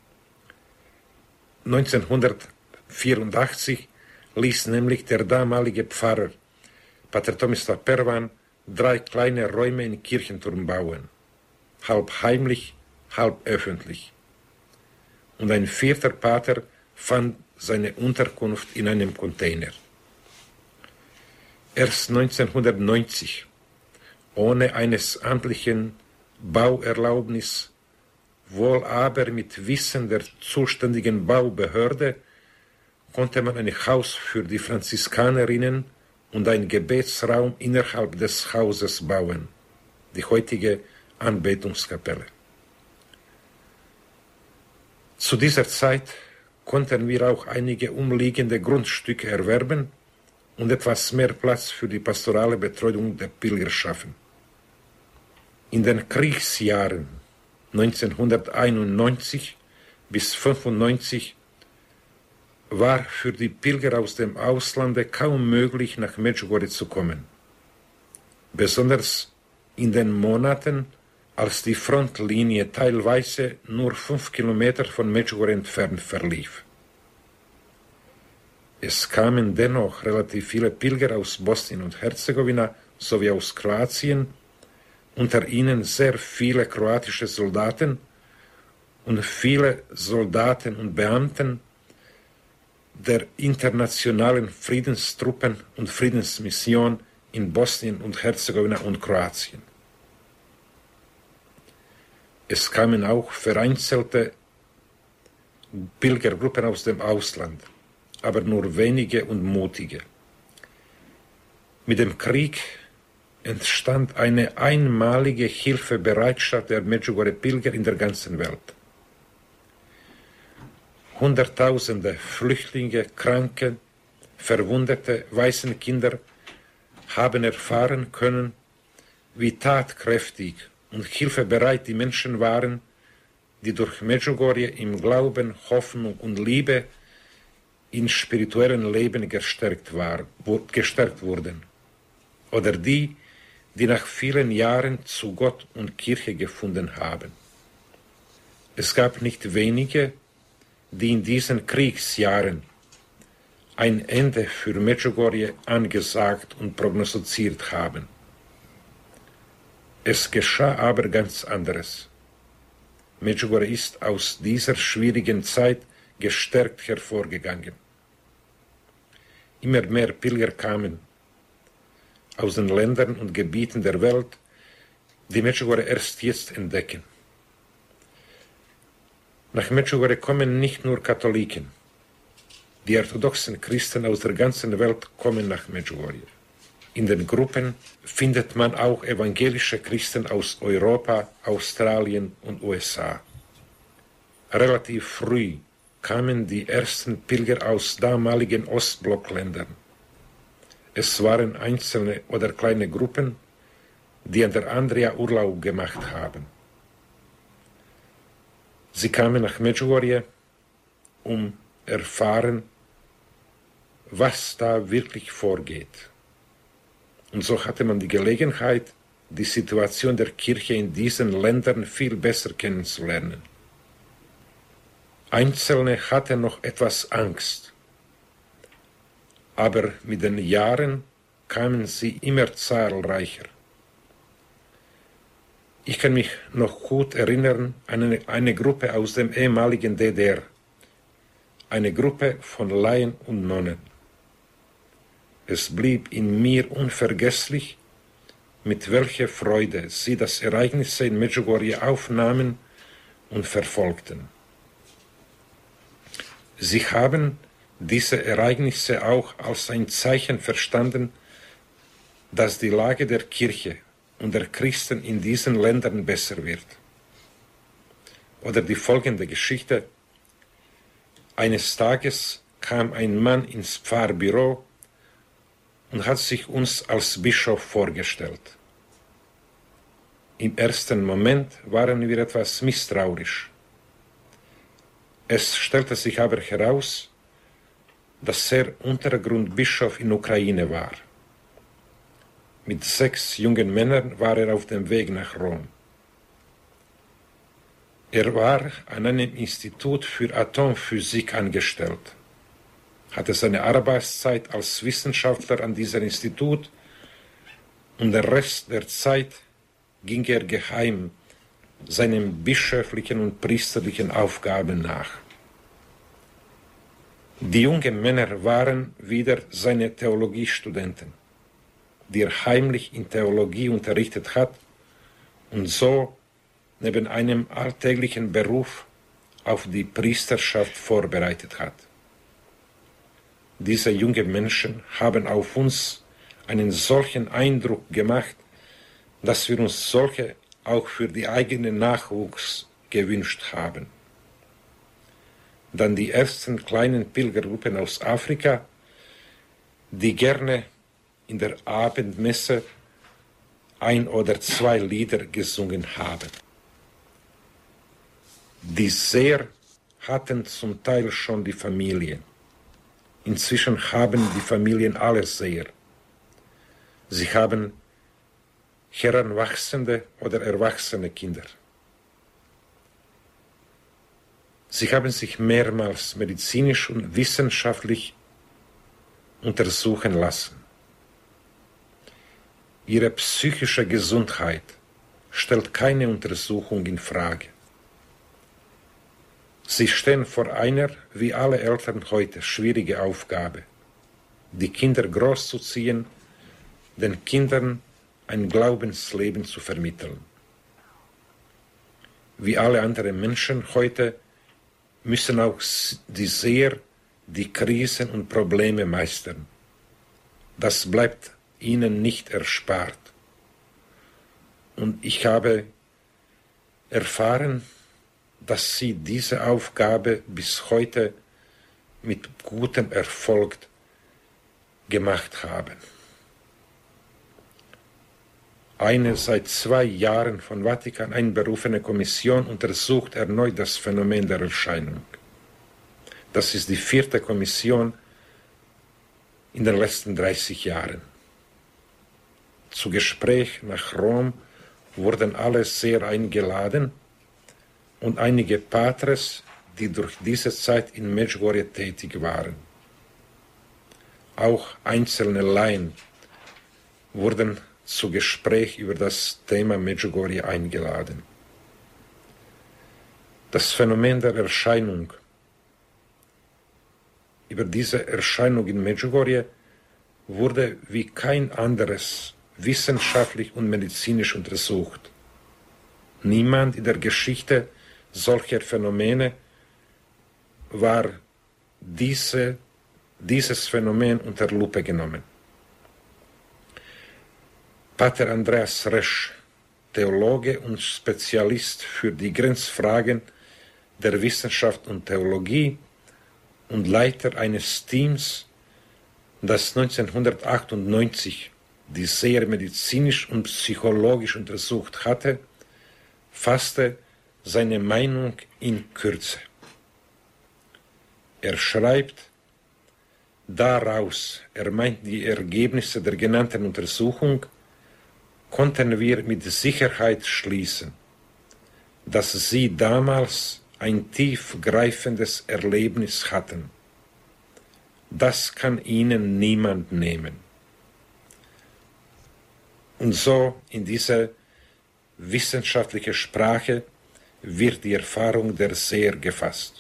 neunzehnhundertvierundachtzig ließ nämlich der damalige Pfarrer Pater Tomislav Pervan drei kleine Räume im Kirchenturm bauen, halb heimlich, halb öffentlich. Und ein vierter Pater fand seine Unterkunft in einem Container. Erst neunzehnhundertneunzig, ohne eines amtlichen Bauerlaubnis, wohl aber mit Wissen der zuständigen Baubehörde, konnte man ein Haus für die Franziskanerinnen und ein Gebetsraum innerhalb des Hauses bauen, die heutige Anbetungskapelle. Zu dieser Zeit konnten wir auch einige umliegende Grundstücke erwerben und etwas mehr Platz für die pastorale Betreuung der Pilger schaffen. In den Kriegsjahren neunzehnhunderteinundneunzig bis fünfundneunzig war für die Pilger aus dem Auslande kaum möglich, nach Medjugorje zu kommen. Besonders in den Monaten, als die Frontlinie teilweise nur fünf Kilometer von Medjugorje entfernt verlief. Es kamen dennoch relativ viele Pilger aus Bosnien und Herzegowina sowie aus Kroatien, unter ihnen sehr viele kroatische Soldaten und viele Soldaten und Beamten der internationalen Friedenstruppen und Friedensmission in Bosnien und Herzegowina und Kroatien. Es kamen auch vereinzelte Pilgergruppen aus dem Ausland, aber nur wenige und mutige. Mit dem Krieg entstand eine einmalige Hilfebereitschaft der Medjugorje-Pilger in der ganzen Welt. Hunderttausende Flüchtlinge, Kranke, Verwundete, Waisenkinder haben erfahren können, wie tatkräftig und hilfebereit die Menschen waren, die durch Medjugorje im Glauben, Hoffnung und Liebe in spirituellen Leben gestärkt, war, gestärkt wurden. Oder die, die nach vielen Jahren zu Gott und Kirche gefunden haben. Es gab nicht wenige, die in diesen Kriegsjahren ein Ende für Medjugorje angesagt und prognostiziert haben. Es geschah aber ganz anderes. Medjugorje ist aus dieser schwierigen Zeit gestärkt hervorgegangen. Immer mehr Pilger kamen aus den Ländern und Gebieten der Welt, die Medjugorje erst jetzt entdecken. Nach Medjugorje kommen nicht nur Katholiken. Die orthodoxen Christen aus der ganzen Welt kommen nach Medjugorje. In den Gruppen findet man auch evangelische Christen aus Europa, Australien und U S A. Relativ früh kamen die ersten Pilger aus damaligen Ostblockländern. Es waren einzelne oder kleine Gruppen, die an der Andria Urlaub gemacht haben. Sie kamen nach Medjugorje, um erfahren, was da wirklich vorgeht. Und so hatte man die Gelegenheit, die Situation der Kirche in diesen Ländern viel besser kennenzulernen. Einzelne hatten noch etwas Angst, aber mit den Jahren kamen sie immer zahlreicher. Ich kann mich noch gut erinnern an eine, eine Gruppe aus dem ehemaligen D D R, eine Gruppe von Laien und Nonnen. Es blieb in mir unvergesslich, mit welcher Freude sie das Ereignis in Medjugorje aufnahmen und verfolgten. Sie haben diese Ereignisse auch als ein Zeichen verstanden, dass die Lage der Kirche und der Christen in diesen Ländern besser wird. Oder die folgende Geschichte. Eines Tages kam ein Mann ins Pfarrbüro und hat sich uns als Bischof vorgestellt. Im ersten Moment waren wir etwas misstrauisch. Es stellte sich aber heraus, dass er Untergrundbischof in Ukraine war. Mit sechs jungen Männern war er auf dem Weg nach Rom. Er war an einem Institut für Atomphysik angestellt, hatte seine Arbeitszeit als Wissenschaftler an diesem Institut und den Rest der Zeit ging er geheim seinen bischöflichen und priesterlichen Aufgaben nach. Die jungen Männer waren wieder seine Theologiestudenten, die er heimlich in Theologie unterrichtet hat und so neben einem alltäglichen Beruf auf die Priesterschaft vorbereitet hat. Diese jungen Menschen haben auf uns einen solchen Eindruck gemacht, dass wir uns solche auch für die eigenen Nachwuchs gewünscht haben. Dann die ersten kleinen Pilgergruppen aus Afrika, die gerne in der Abendmesse ein oder zwei Lieder gesungen haben. Die Seher hatten zum Teil schon die Familie. Inzwischen haben die Familien alle Seher. Sie haben heranwachsende oder erwachsene Kinder. Sie haben sich mehrmals medizinisch und wissenschaftlich untersuchen lassen. Ihre psychische Gesundheit stellt keine Untersuchung in Frage. Sie stehen vor einer, wie alle Eltern heute, schwierigen Aufgabe, die Kinder großzuziehen, den Kindern ein Glaubensleben zu vermitteln. Wie alle anderen Menschen heute müssen auch die Seher die Krisen und Probleme meistern. Das bleibt ihnen nicht erspart. Und ich habe erfahren, dass sie diese Aufgabe bis heute mit gutem Erfolg gemacht haben. Eine seit zwei Jahren von Vatikan einberufene Kommission untersucht erneut das Phänomen der Erscheinung. Das ist die vierte Kommission in den letzten dreißig Jahren. Zu Gespräch nach Rom wurden alle sehr eingeladen und einige Patres, die durch diese Zeit in Medjugorje tätig waren. Auch einzelne Laien wurden zu Gespräch über das Thema Medjugorje eingeladen. Das Phänomen der Erscheinung. Über diese Erscheinung in Medjugorje wurde wie kein anderes wissenschaftlich und medizinisch untersucht. Niemand in der Geschichte solcher Phänomene war diese, dieses Phänomen unter Lupe genommen. Pater Andreas Resch, Theologe und Spezialist für die Grenzfragen der Wissenschaft und Theologie und Leiter eines Teams, das neunzehnhundertachtundneunzig die Seher medizinisch und psychologisch untersucht hatte, fasste seine Meinung in Kürze. Er schreibt, daraus, er meint die Ergebnisse der genannten Untersuchung, konnten wir mit Sicherheit schließen, dass sie damals ein tiefgreifendes Erlebnis hatten. Das kann ihnen niemand nehmen. Und so in dieser wissenschaftlichen Sprache wird die Erfahrung der Seher gefasst.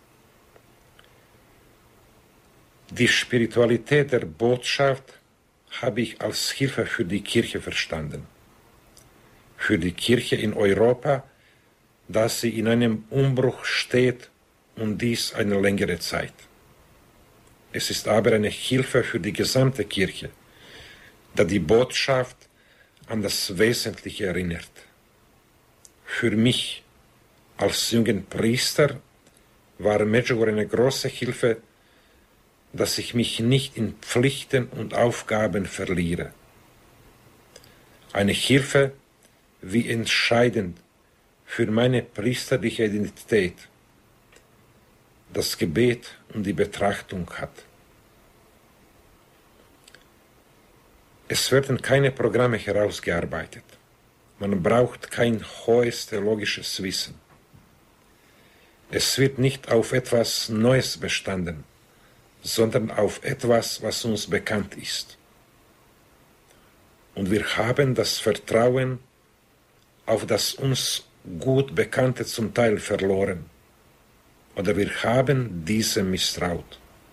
Die Spiritualität der Botschaft habe ich als Hilfe für die Kirche verstanden. Für die Kirche in Europa, dass sie in einem Umbruch steht und dies eine längere Zeit. Es ist aber eine Hilfe für die gesamte Kirche, da die Botschaft an das Wesentliche erinnert. Für mich als jungen Priester war Medjugorje eine große Hilfe, dass ich mich nicht in Pflichten und Aufgaben verliere. Eine Hilfe, wie entscheidend für meine priesterliche Identität das Gebet und die Betrachtung hat. Es werden keine Programme herausgearbeitet. Man braucht kein hohes theologisches Wissen. Es wird nicht auf etwas Neues bestanden, sondern auf etwas, was uns bekannt ist. Und wir haben das Vertrauen auf das uns gut Bekannte zum Teil verloren. Oder wir haben diese misstraut.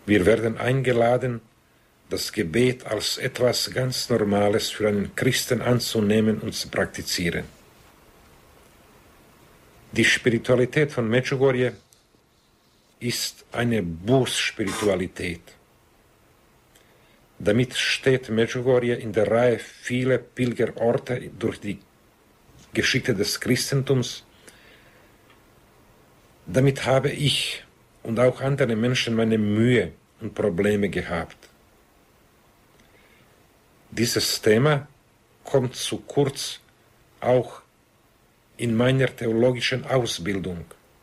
Wir werden eingeladen, das Gebet als etwas ganz Normales für einen Christen anzunehmen und zu praktizieren. Die Spiritualität von Medjugorje ist eine Bußspiritualität. Damit steht Medjugorje in der Reihe vieler Pilgerorte durch die Geschichte des Christentums. Damit habe ich und auch andere Menschen meine Mühe und Probleme gehabt. Dieses Thema kommt zu kurz auch in meiner theologischen Ausbildung.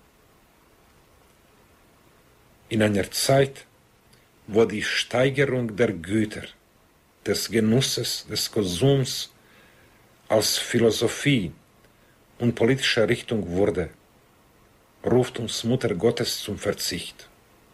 In einer Zeit, wo die Steigerung der Güter, des Genusses, des Konsums als Philosophie und politische Richtung wurde, ruft uns Mutter Gottes zum Verzicht.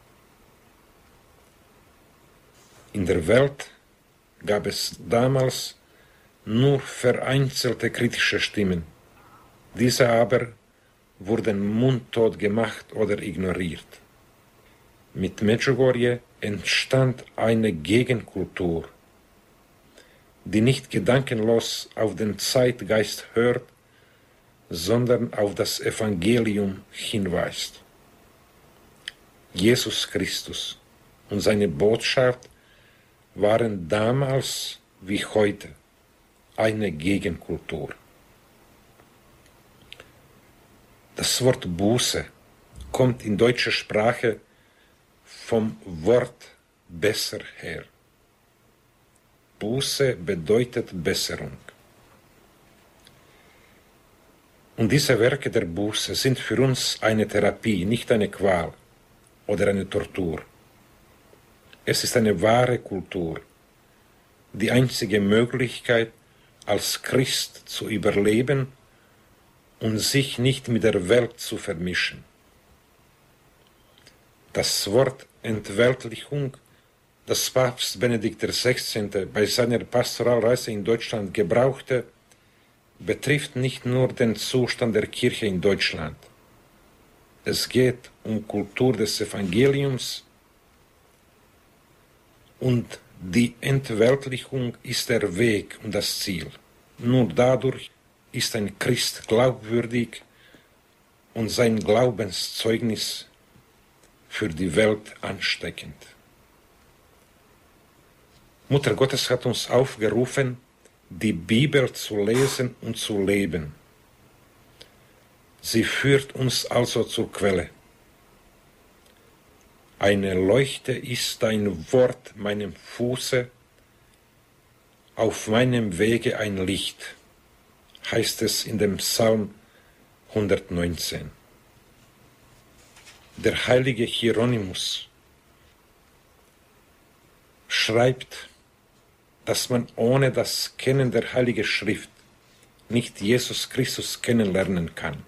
In der Welt gab es damals nur vereinzelte kritische Stimmen. Diese aber wurden mundtot gemacht oder ignoriert. Mit Medjugorje entstand eine Gegenkultur, die nicht gedankenlos auf den Zeitgeist hört, sondern auf das Evangelium hinweist. Jesus Christus und seine Botschaft waren damals wie heute eine Gegenkultur. Das Wort Buße kommt in deutscher Sprache vom Wort besser her. Buße bedeutet Besserung. Und diese Werke der Buße sind für uns eine Therapie, nicht eine Qual oder eine Tortur. Es ist eine wahre Kultur, die einzige Möglichkeit, als Christ zu überleben und sich nicht mit der Welt zu vermischen. Das Wort Entweltlichung, das Papst Benedikt der Sechzehnte bei seiner Pastoralreise in Deutschland gebrauchte, betrifft nicht nur den Zustand der Kirche in Deutschland. Es geht um Kultur des Evangeliums und die Entweltlichung ist der Weg und das Ziel. Nur dadurch ist ein Christ glaubwürdig und sein Glaubenszeugnis für die Welt ansteckend. Mutter Gottes hat uns aufgerufen, die Bibel zu lesen und zu leben. Sie führt uns also zur Quelle. Eine Leuchte ist dein Wort meinem Fuße, auf meinem Wege ein Licht, heißt es in dem Psalm hundertneunzehn. Der heilige Hieronymus schreibt, dass man ohne das Kennen der Heiligen Schrift nicht Jesus Christus kennenlernen kann.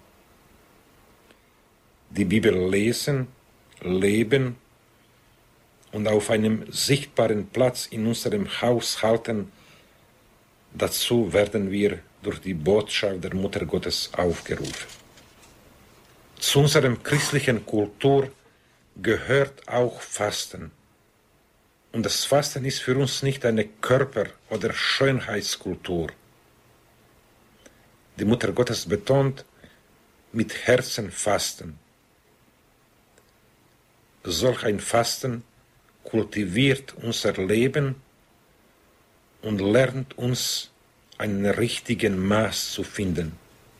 Die Bibel lesen, leben und auf einem sichtbaren Platz in unserem Haus halten, dazu werden wir durch die Botschaft der Mutter Gottes aufgerufen. Zu unserer christlichen Kultur gehört auch Fasten. Und das Fasten ist für uns nicht eine Körper- oder Schönheitskultur. Die Mutter Gottes betont, mit Herzen fasten. Solch ein Fasten kultiviert unser Leben und lernt uns einen richtigen Maß zu finden.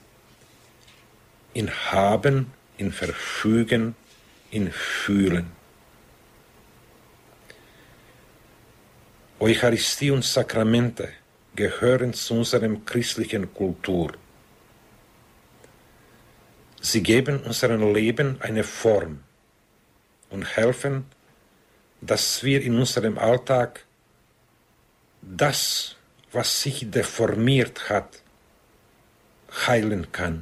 In Haben, in Verfügen, in Fühlen. Eucharistie und Sakramente gehören zu unserem christlichen Kultur. Sie geben unserem Leben eine Form und helfen, dass wir in unserem Alltag das, was sich deformiert hat, heilen kann.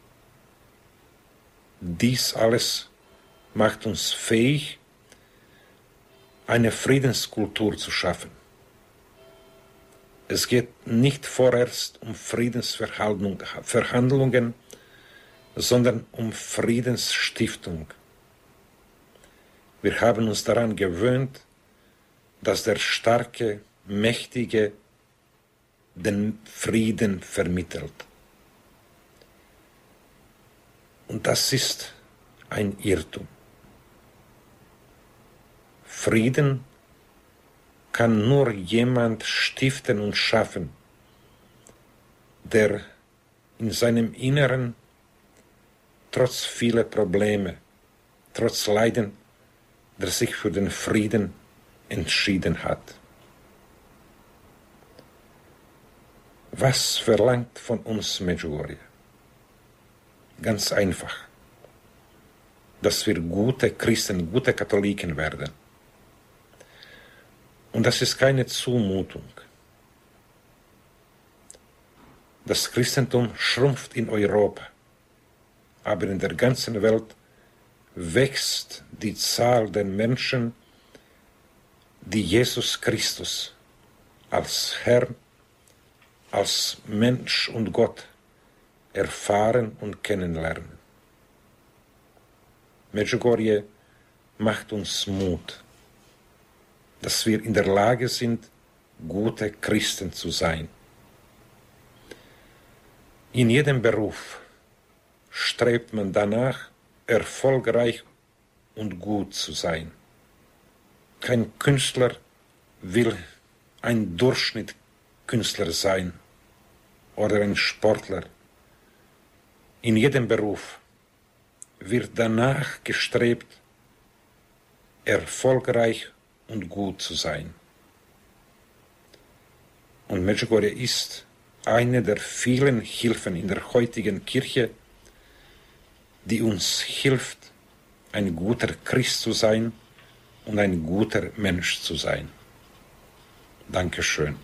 Dies alles macht uns fähig, eine Friedenskultur zu schaffen. Es geht nicht vorerst um Friedensverhandlungen, sondern um Friedensstiftung. Wir haben uns daran gewöhnt, dass der Starke, Mächtige den Frieden vermittelt. Und das ist ein Irrtum. Frieden kann nur jemand stiften und schaffen, der in seinem Inneren trotz vieler Probleme, trotz Leiden, der sich für den Frieden entschieden hat. Was verlangt von uns Medjugorje? Ganz einfach, dass wir gute Christen, gute Katholiken werden. Und das ist keine Zumutung. Das Christentum schrumpft in Europa, aber in der ganzen Welt wächst die Zahl der Menschen, die Jesus Christus als Herr, als Mensch und Gott erfahren und kennenlernen. Medjugorje macht uns Mut, dass wir in der Lage sind, gute Christen zu sein. In jedem Beruf strebt man danach, erfolgreich und gut zu sein. Kein Künstler will ein Durchschnittskünstler sein oder ein Sportler. In jedem Beruf wird danach gestrebt, erfolgreich und gut zu sein. Und Medjugorje ist eine der vielen Hilfen in der heutigen Kirche, die uns hilft, ein guter Christ zu sein und ein guter Mensch zu sein. Dankeschön.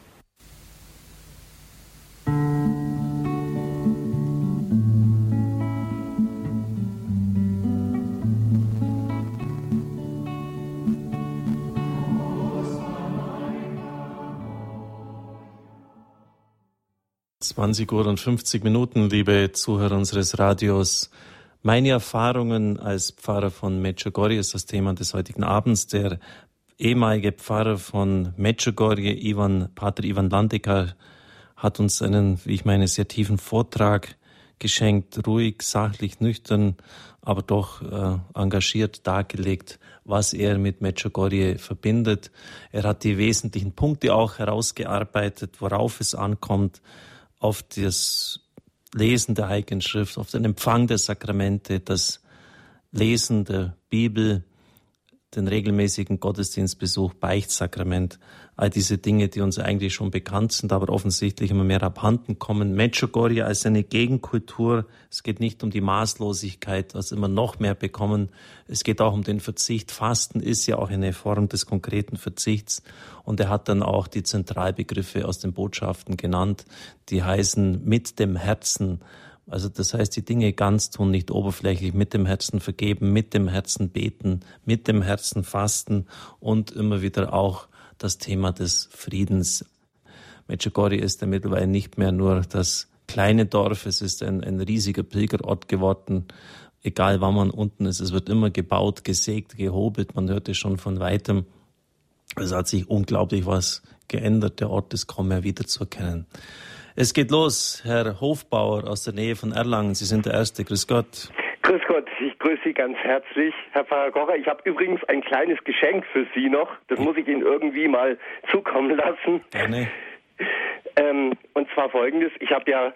zwanzig Uhr und fünfzig Minuten, liebe Zuhörer unseres Radios. Meine Erfahrungen als Pfarrer von Medjugorje ist das Thema des heutigen Abends. Der ehemalige Pfarrer von Medjugorje, Ivan, Pater Ivan Landekar, hat uns einen, wie ich meine, sehr tiefen Vortrag geschenkt, ruhig, sachlich, nüchtern, aber doch äh, engagiert dargelegt, was er mit Medjugorje verbindet. Er hat die wesentlichen Punkte auch herausgearbeitet, worauf es ankommt, auf das Lesen der Heiligen Schrift, auf den Empfang der Sakramente, das Lesen der Bibel, den regelmäßigen Gottesdienstbesuch, Beichtsakrament, all diese Dinge, die uns eigentlich schon bekannt sind, aber offensichtlich immer mehr abhanden kommen. Medjugorje als eine Gegenkultur. Es geht nicht um die Maßlosigkeit, was immer noch mehr bekommen. Es geht auch um den Verzicht. Fasten ist ja auch eine Form des konkreten Verzichts. Und er hat dann auch die Zentralbegriffe aus den Botschaften genannt, die heißen mit dem Herzen. Also das heißt, die Dinge ganz tun, nicht oberflächlich, mit dem Herzen vergeben, mit dem Herzen beten, mit dem Herzen fasten und immer wieder auch das Thema des Friedens. Medjugorje ist ja mittlerweile nicht mehr nur das kleine Dorf, es ist ein, ein riesiger Pilgerort geworden. Egal wann man unten ist, es wird immer gebaut, gesägt, gehobelt, man hört es schon von Weitem. Es hat sich unglaublich was geändert, der Ort ist kaum mehr wiederzuerkennen. Es geht los, Herr Hofbauer aus der Nähe von Erlangen. Sie sind der Erste. Grüß Gott. Grüß Gott, ich grüße Sie ganz herzlich, Herr Pfarrer Kocher. Ich habe übrigens ein kleines Geschenk für Sie noch. Das muss ich Ihnen irgendwie mal zukommen lassen. Gerne. Ähm, und zwar Folgendes. Ich habe ja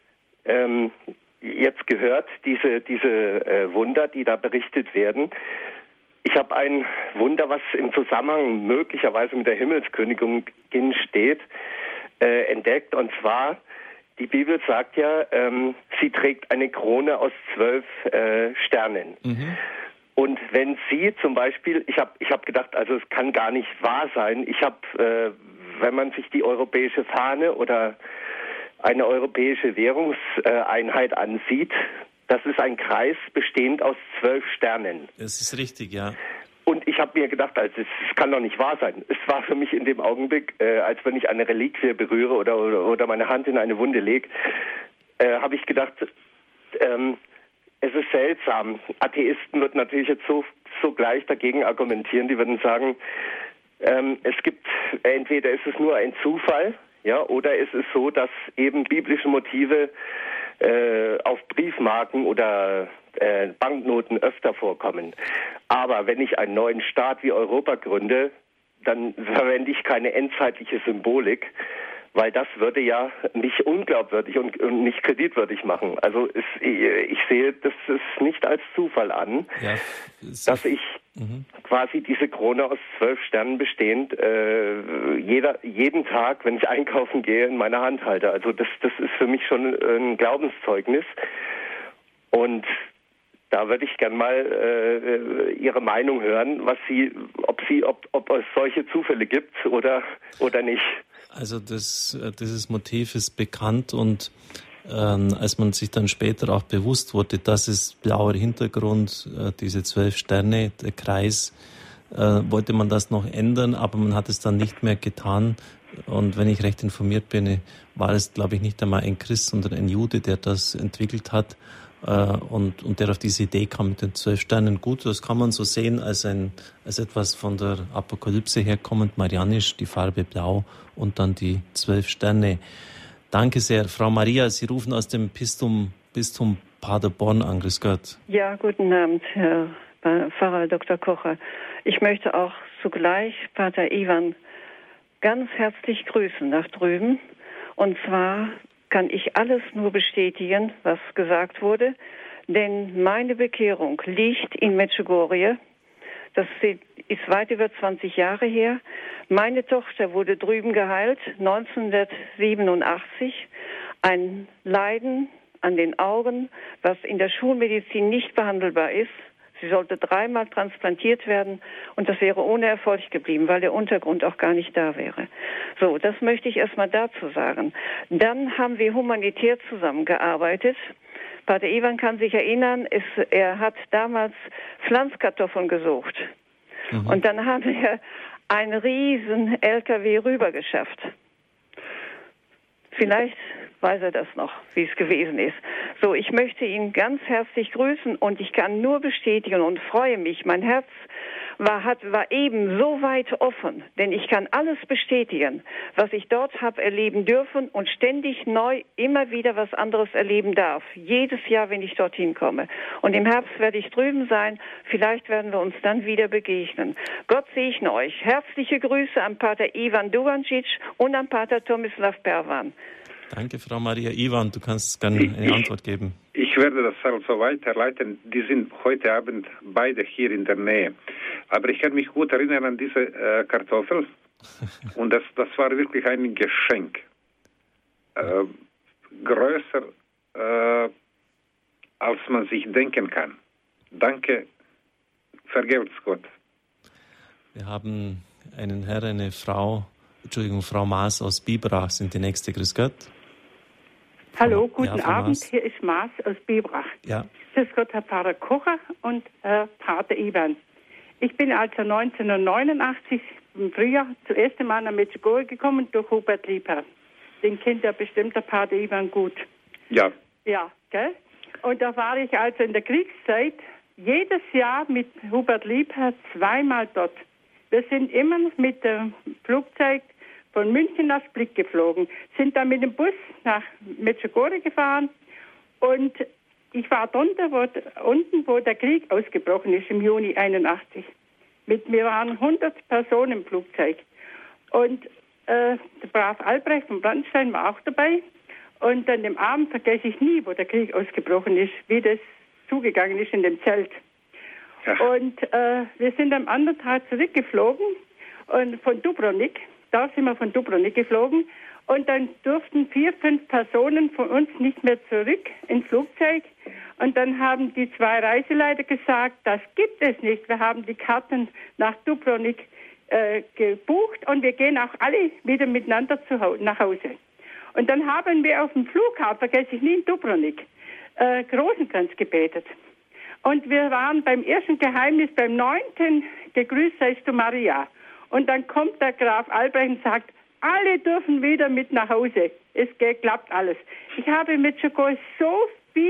ähm, jetzt gehört, diese, diese äh, Wunder, die da berichtet werden. Ich habe ein Wunder, was im Zusammenhang möglicherweise mit der Himmelskönigin steht, Äh, entdeckt, und zwar, die Bibel sagt ja, ähm, sie trägt eine Krone aus zwölf äh, Sternen. Mhm. Und wenn sie zum Beispiel, ich habe ich hab gedacht, also es kann gar nicht wahr sein, ich habe, äh, wenn man sich die europäische Fahne oder eine europäische Währungseinheit ansieht, das ist ein Kreis bestehend aus zwölf Sternen. Das ist richtig, ja. Und ich habe mir gedacht, also es kann doch nicht wahr sein. Es war für mich in dem Augenblick, äh, als wenn ich eine Reliquie berühre oder, oder, oder meine Hand in eine Wunde lege, äh, habe ich gedacht, ähm, es ist seltsam. Atheisten wird natürlich jetzt so, sogleich dagegen argumentieren. Die würden sagen, ähm, es gibt, entweder ist es nur ein Zufall, ja, oder ist es so, dass eben biblische Motive äh, auf Briefmarken oder äh, Banknoten öfter vorkommen. Aber wenn ich einen neuen Staat wie Europa gründe, dann verwende ich keine endzeitliche Symbolik, weil das würde ja mich unglaubwürdig und, und nicht kreditwürdig machen. Also es, ich sehe das ist nicht als Zufall an, ja, dass ich mhm. quasi diese Krone aus zwölf Sternen bestehend äh, jeder, jeden Tag, wenn ich einkaufen gehe, in meiner Hand halte. Also das, das ist für mich schon ein Glaubenszeugnis. Und da würde ich gern mal äh, Ihre Meinung hören, was Sie, ob Sie, ob, ob es solche Zufälle gibt oder oder nicht. Also das, dieses Motiv ist bekannt und ähm, als man sich dann später auch bewusst wurde, dass es blauer Hintergrund, äh, diese zwölf Sterne, der Kreis, äh, wollte man das noch ändern, aber man hat es dann nicht mehr getan. Und wenn ich recht informiert bin, war es, glaube ich, nicht einmal ein Christ, sondern ein Jude, der das entwickelt hat. Und, und der auf diese Idee kam mit den zwölf Sternen. Gut, das kann man so sehen als ein als etwas von der Apokalypse herkommend, marianisch, die Farbe blau und dann die zwölf Sterne. Danke sehr. Frau Maria, Sie rufen aus dem Bistum, Bistum Paderborn an. Grüß Gott. Ja, guten Abend, Herr Pfarrer Doktor Kocher. Ich möchte auch zugleich Pater Iwan ganz herzlich grüßen nach drüben. Und zwar kann ich alles nur bestätigen, was gesagt wurde, denn meine Bekehrung liegt in Medjugorje. Das ist weit über zwanzig Jahre her. Meine Tochter wurde drüben geheilt, neunzehnhundertsiebenundachtzig. Ein Leiden an den Augen, was in der Schulmedizin nicht behandelbar ist. Sie sollte dreimal transplantiert werden und das wäre ohne Erfolg geblieben, weil der Untergrund auch gar nicht da wäre. So, das möchte ich erstmal dazu sagen. Dann haben wir humanitär zusammengearbeitet. Pater Iwan kann sich erinnern, es, er hat damals Pflanzkartoffeln gesucht. Mhm. Und dann haben wir einen riesen L K W rübergeschafft. Vielleicht weiß er das noch, wie es gewesen ist. So, ich möchte ihn ganz herzlich grüßen und ich kann nur bestätigen und freue mich. Mein Herz war, hat, war eben so weit offen, denn ich kann alles bestätigen, was ich dort habe erleben dürfen und ständig neu immer wieder was anderes erleben darf. Jedes Jahr, wenn ich dorthin komme. Und im Herbst werde ich drüben sein. Vielleicht werden wir uns dann wieder begegnen. Gott segne euch. Herzliche Grüße an Pater Iwan Dugancic und an Pater Tomislav Perwan. Danke, Frau Maria. Iwan, du kannst gerne eine Antwort geben. Ich werde das also weiterleiten. Die sind heute Abend beide hier in der Nähe. Aber ich kann mich gut erinnern an diese äh, Kartoffel. Und das, das war wirklich ein Geschenk. Äh, größer, äh, als man sich denken kann. Danke, vergelt's Gott. Wir haben einen Herr, eine Frau, Entschuldigung, Frau Maas aus Biberach sind die nächste. Grüß Gott. Hallo, guten ja, Abend. Maas. Hier ist Maas aus Biberach. Ja. Grüß Gott, Herr Pfarrer Kocher und Herr Pater Iwan. Ich bin also neunzehnhundertneunundachtzig im Frühjahr zuerst einmal nach Medjugorje gekommen durch Hubert Liebherr. Den kennt ja bestimmt der Pater Iwan gut. Ja. Ja, gell? Und da war ich also in der Kriegszeit jedes Jahr mit Hubert Liebherr zweimal dort. Wir sind immer mit dem Flugzeug von München nach Split geflogen, sind dann mit dem Bus nach Medjugorje gefahren und ich war drunter, wo, unten, wo der Krieg ausgebrochen ist, im Juni einundachtzig. Mit mir waren hundert Personen im Flugzeug. Und äh, der Brav Albrecht von Brandstein war auch dabei. Und an dem Abend vergesse ich nie, wo der Krieg ausgebrochen ist, wie das zugegangen ist in dem Zelt. Ja. Und äh, wir sind am anderen Tag zurückgeflogen und von Dubrovnik. Da sind wir von Dubrovnik geflogen. Und dann durften vier, fünf Personen von uns nicht mehr zurück ins Flugzeug. Und dann haben die zwei Reiseleiter gesagt, das gibt es nicht. Wir haben die Karten nach Dubrovnik äh, gebucht und wir gehen auch alle wieder miteinander zu Hause, nach Hause. Und dann haben wir auf dem Flughafen, vergesse ich nie, in Dubrovnik, äh, Rosenkranz gebetet. Und wir waren beim ersten Geheimnis, beim neunten, gegrüßt seist du Maria. Und dann kommt der Graf Albrecht und sagt, alle dürfen wieder mit nach Hause. Es geht, klappt alles. Ich habe mit Medjugorje so viel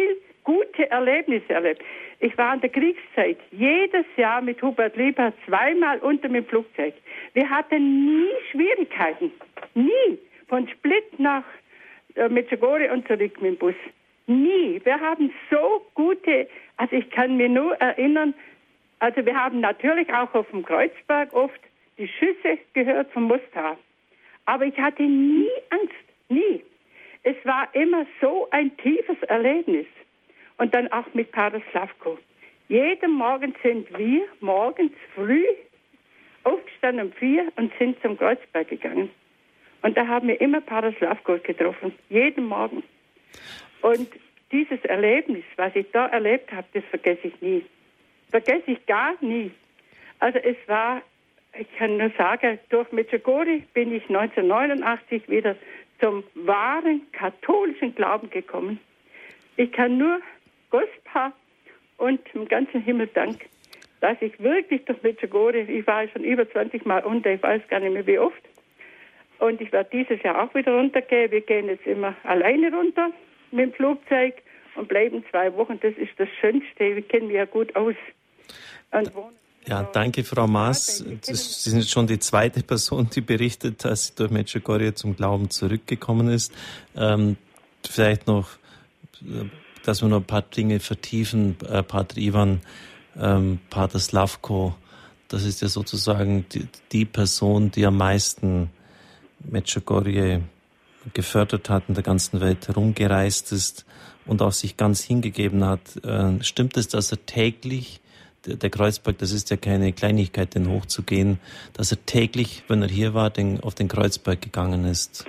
gute Erlebnisse erlebt. Ich war in der Kriegszeit jedes Jahr mit Hubert Liebhardt zweimal unter dem Flugzeug. Wir hatten nie Schwierigkeiten. Nie. Von Split nach äh, Medjugorje und zurück mit dem Bus. Nie. Wir haben so gute, also ich kann mir nur erinnern, also wir haben natürlich auch auf dem Kreuzberg oft die Schüsse gehört von Mostar. Aber ich hatte nie Angst. Nie. Es war immer so ein tiefes Erlebnis. Und dann auch mit Pater Slavko. Jeden Morgen sind wir morgens früh aufgestanden um vier und sind zum Kreuzberg gegangen. Und da haben wir immer Pater Slavko getroffen. Jeden Morgen. Und dieses Erlebnis, was ich da erlebt habe, das vergesse ich nie. Vergesse ich gar nie. Also es war, ich kann nur sagen, durch Medjugorje bin ich neunzehnhundertneunundachtzig wieder zum wahren katholischen Glauben gekommen. Ich kann nur Gospa und dem ganzen Himmel Dank, dass ich wirklich durch Medjugorje, ich war schon über zwanzig Mal unter, ich weiß gar nicht mehr wie oft. Und ich werde dieses Jahr auch wieder runtergehen. Wir gehen jetzt immer alleine runter mit dem Flugzeug und bleiben zwei Wochen. Das ist das Schönste. Wir kennen mich ja gut aus. Und ja, danke, Frau Maas. Das, Sie sind schon die zweite Person, die berichtet, dass sie durch Medjugorje zum Glauben zurückgekommen ist. Ähm, vielleicht noch, dass wir noch ein paar Dinge vertiefen. Äh, Pater Ivan, ähm, Pater Slavko, das ist ja sozusagen die, die Person, die am meisten Medjugorje gefördert hat, in der ganzen Welt herumgereist ist und auch sich ganz hingegeben hat. Äh, stimmt es, dass er täglich, der, der Kreuzberg, das ist ja keine Kleinigkeit, den hochzugehen, dass er täglich, wenn er hier war, den, auf den Kreuzberg gegangen ist?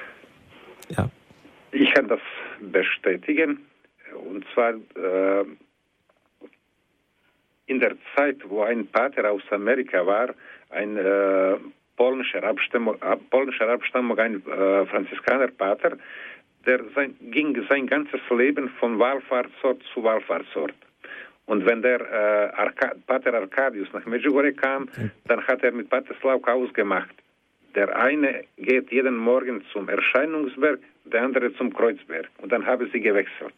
Ja. Ich kann das bestätigen. Und zwar äh, in der Zeit, wo ein Pater aus Amerika war, ein äh, polnischer Abstammung, äh, polnischer Abstammung, ein äh, Franziskanerpater, der sein, ging sein ganzes Leben von Wallfahrtsort zu Wallfahrtsort. Und wenn der äh, Arca- Pater Arkadius nach Medjugorje kam, mhm. dann hat er mit Pater Slavko ausgemacht. Der eine geht jeden Morgen zum Erscheinungsberg, der andere zum Kreuzberg. Und dann haben sie gewechselt.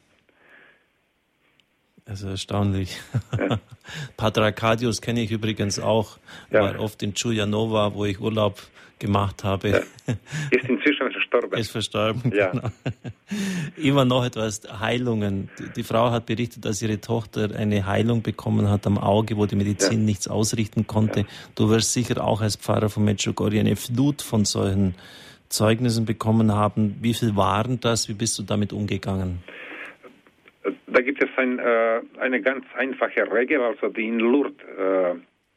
Also erstaunlich. Ja. Pater Arkadius kenne ich übrigens auch. Ja. War oft in Giulianova, wo ich Urlaub gemacht habe. Ja. Ist inzwischen verstorben. Ist verstorben, ja. Genau. Immer noch etwas Heilungen. Die, die Frau hat berichtet, dass ihre Tochter eine Heilung bekommen hat am Auge, wo die Medizin ja. nichts ausrichten konnte. Ja. Du wirst sicher auch als Pfarrer von Medjugorje eine Flut von solchen Zeugnissen bekommen haben. Wie viel waren das? Wie bist du damit umgegangen? Da gibt es ein, äh, eine ganz einfache Regel, also die in Lourdes äh,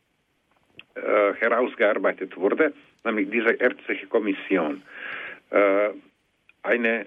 äh, herausgearbeitet wurde, nämlich diese ärztliche Kommission. Äh, eine,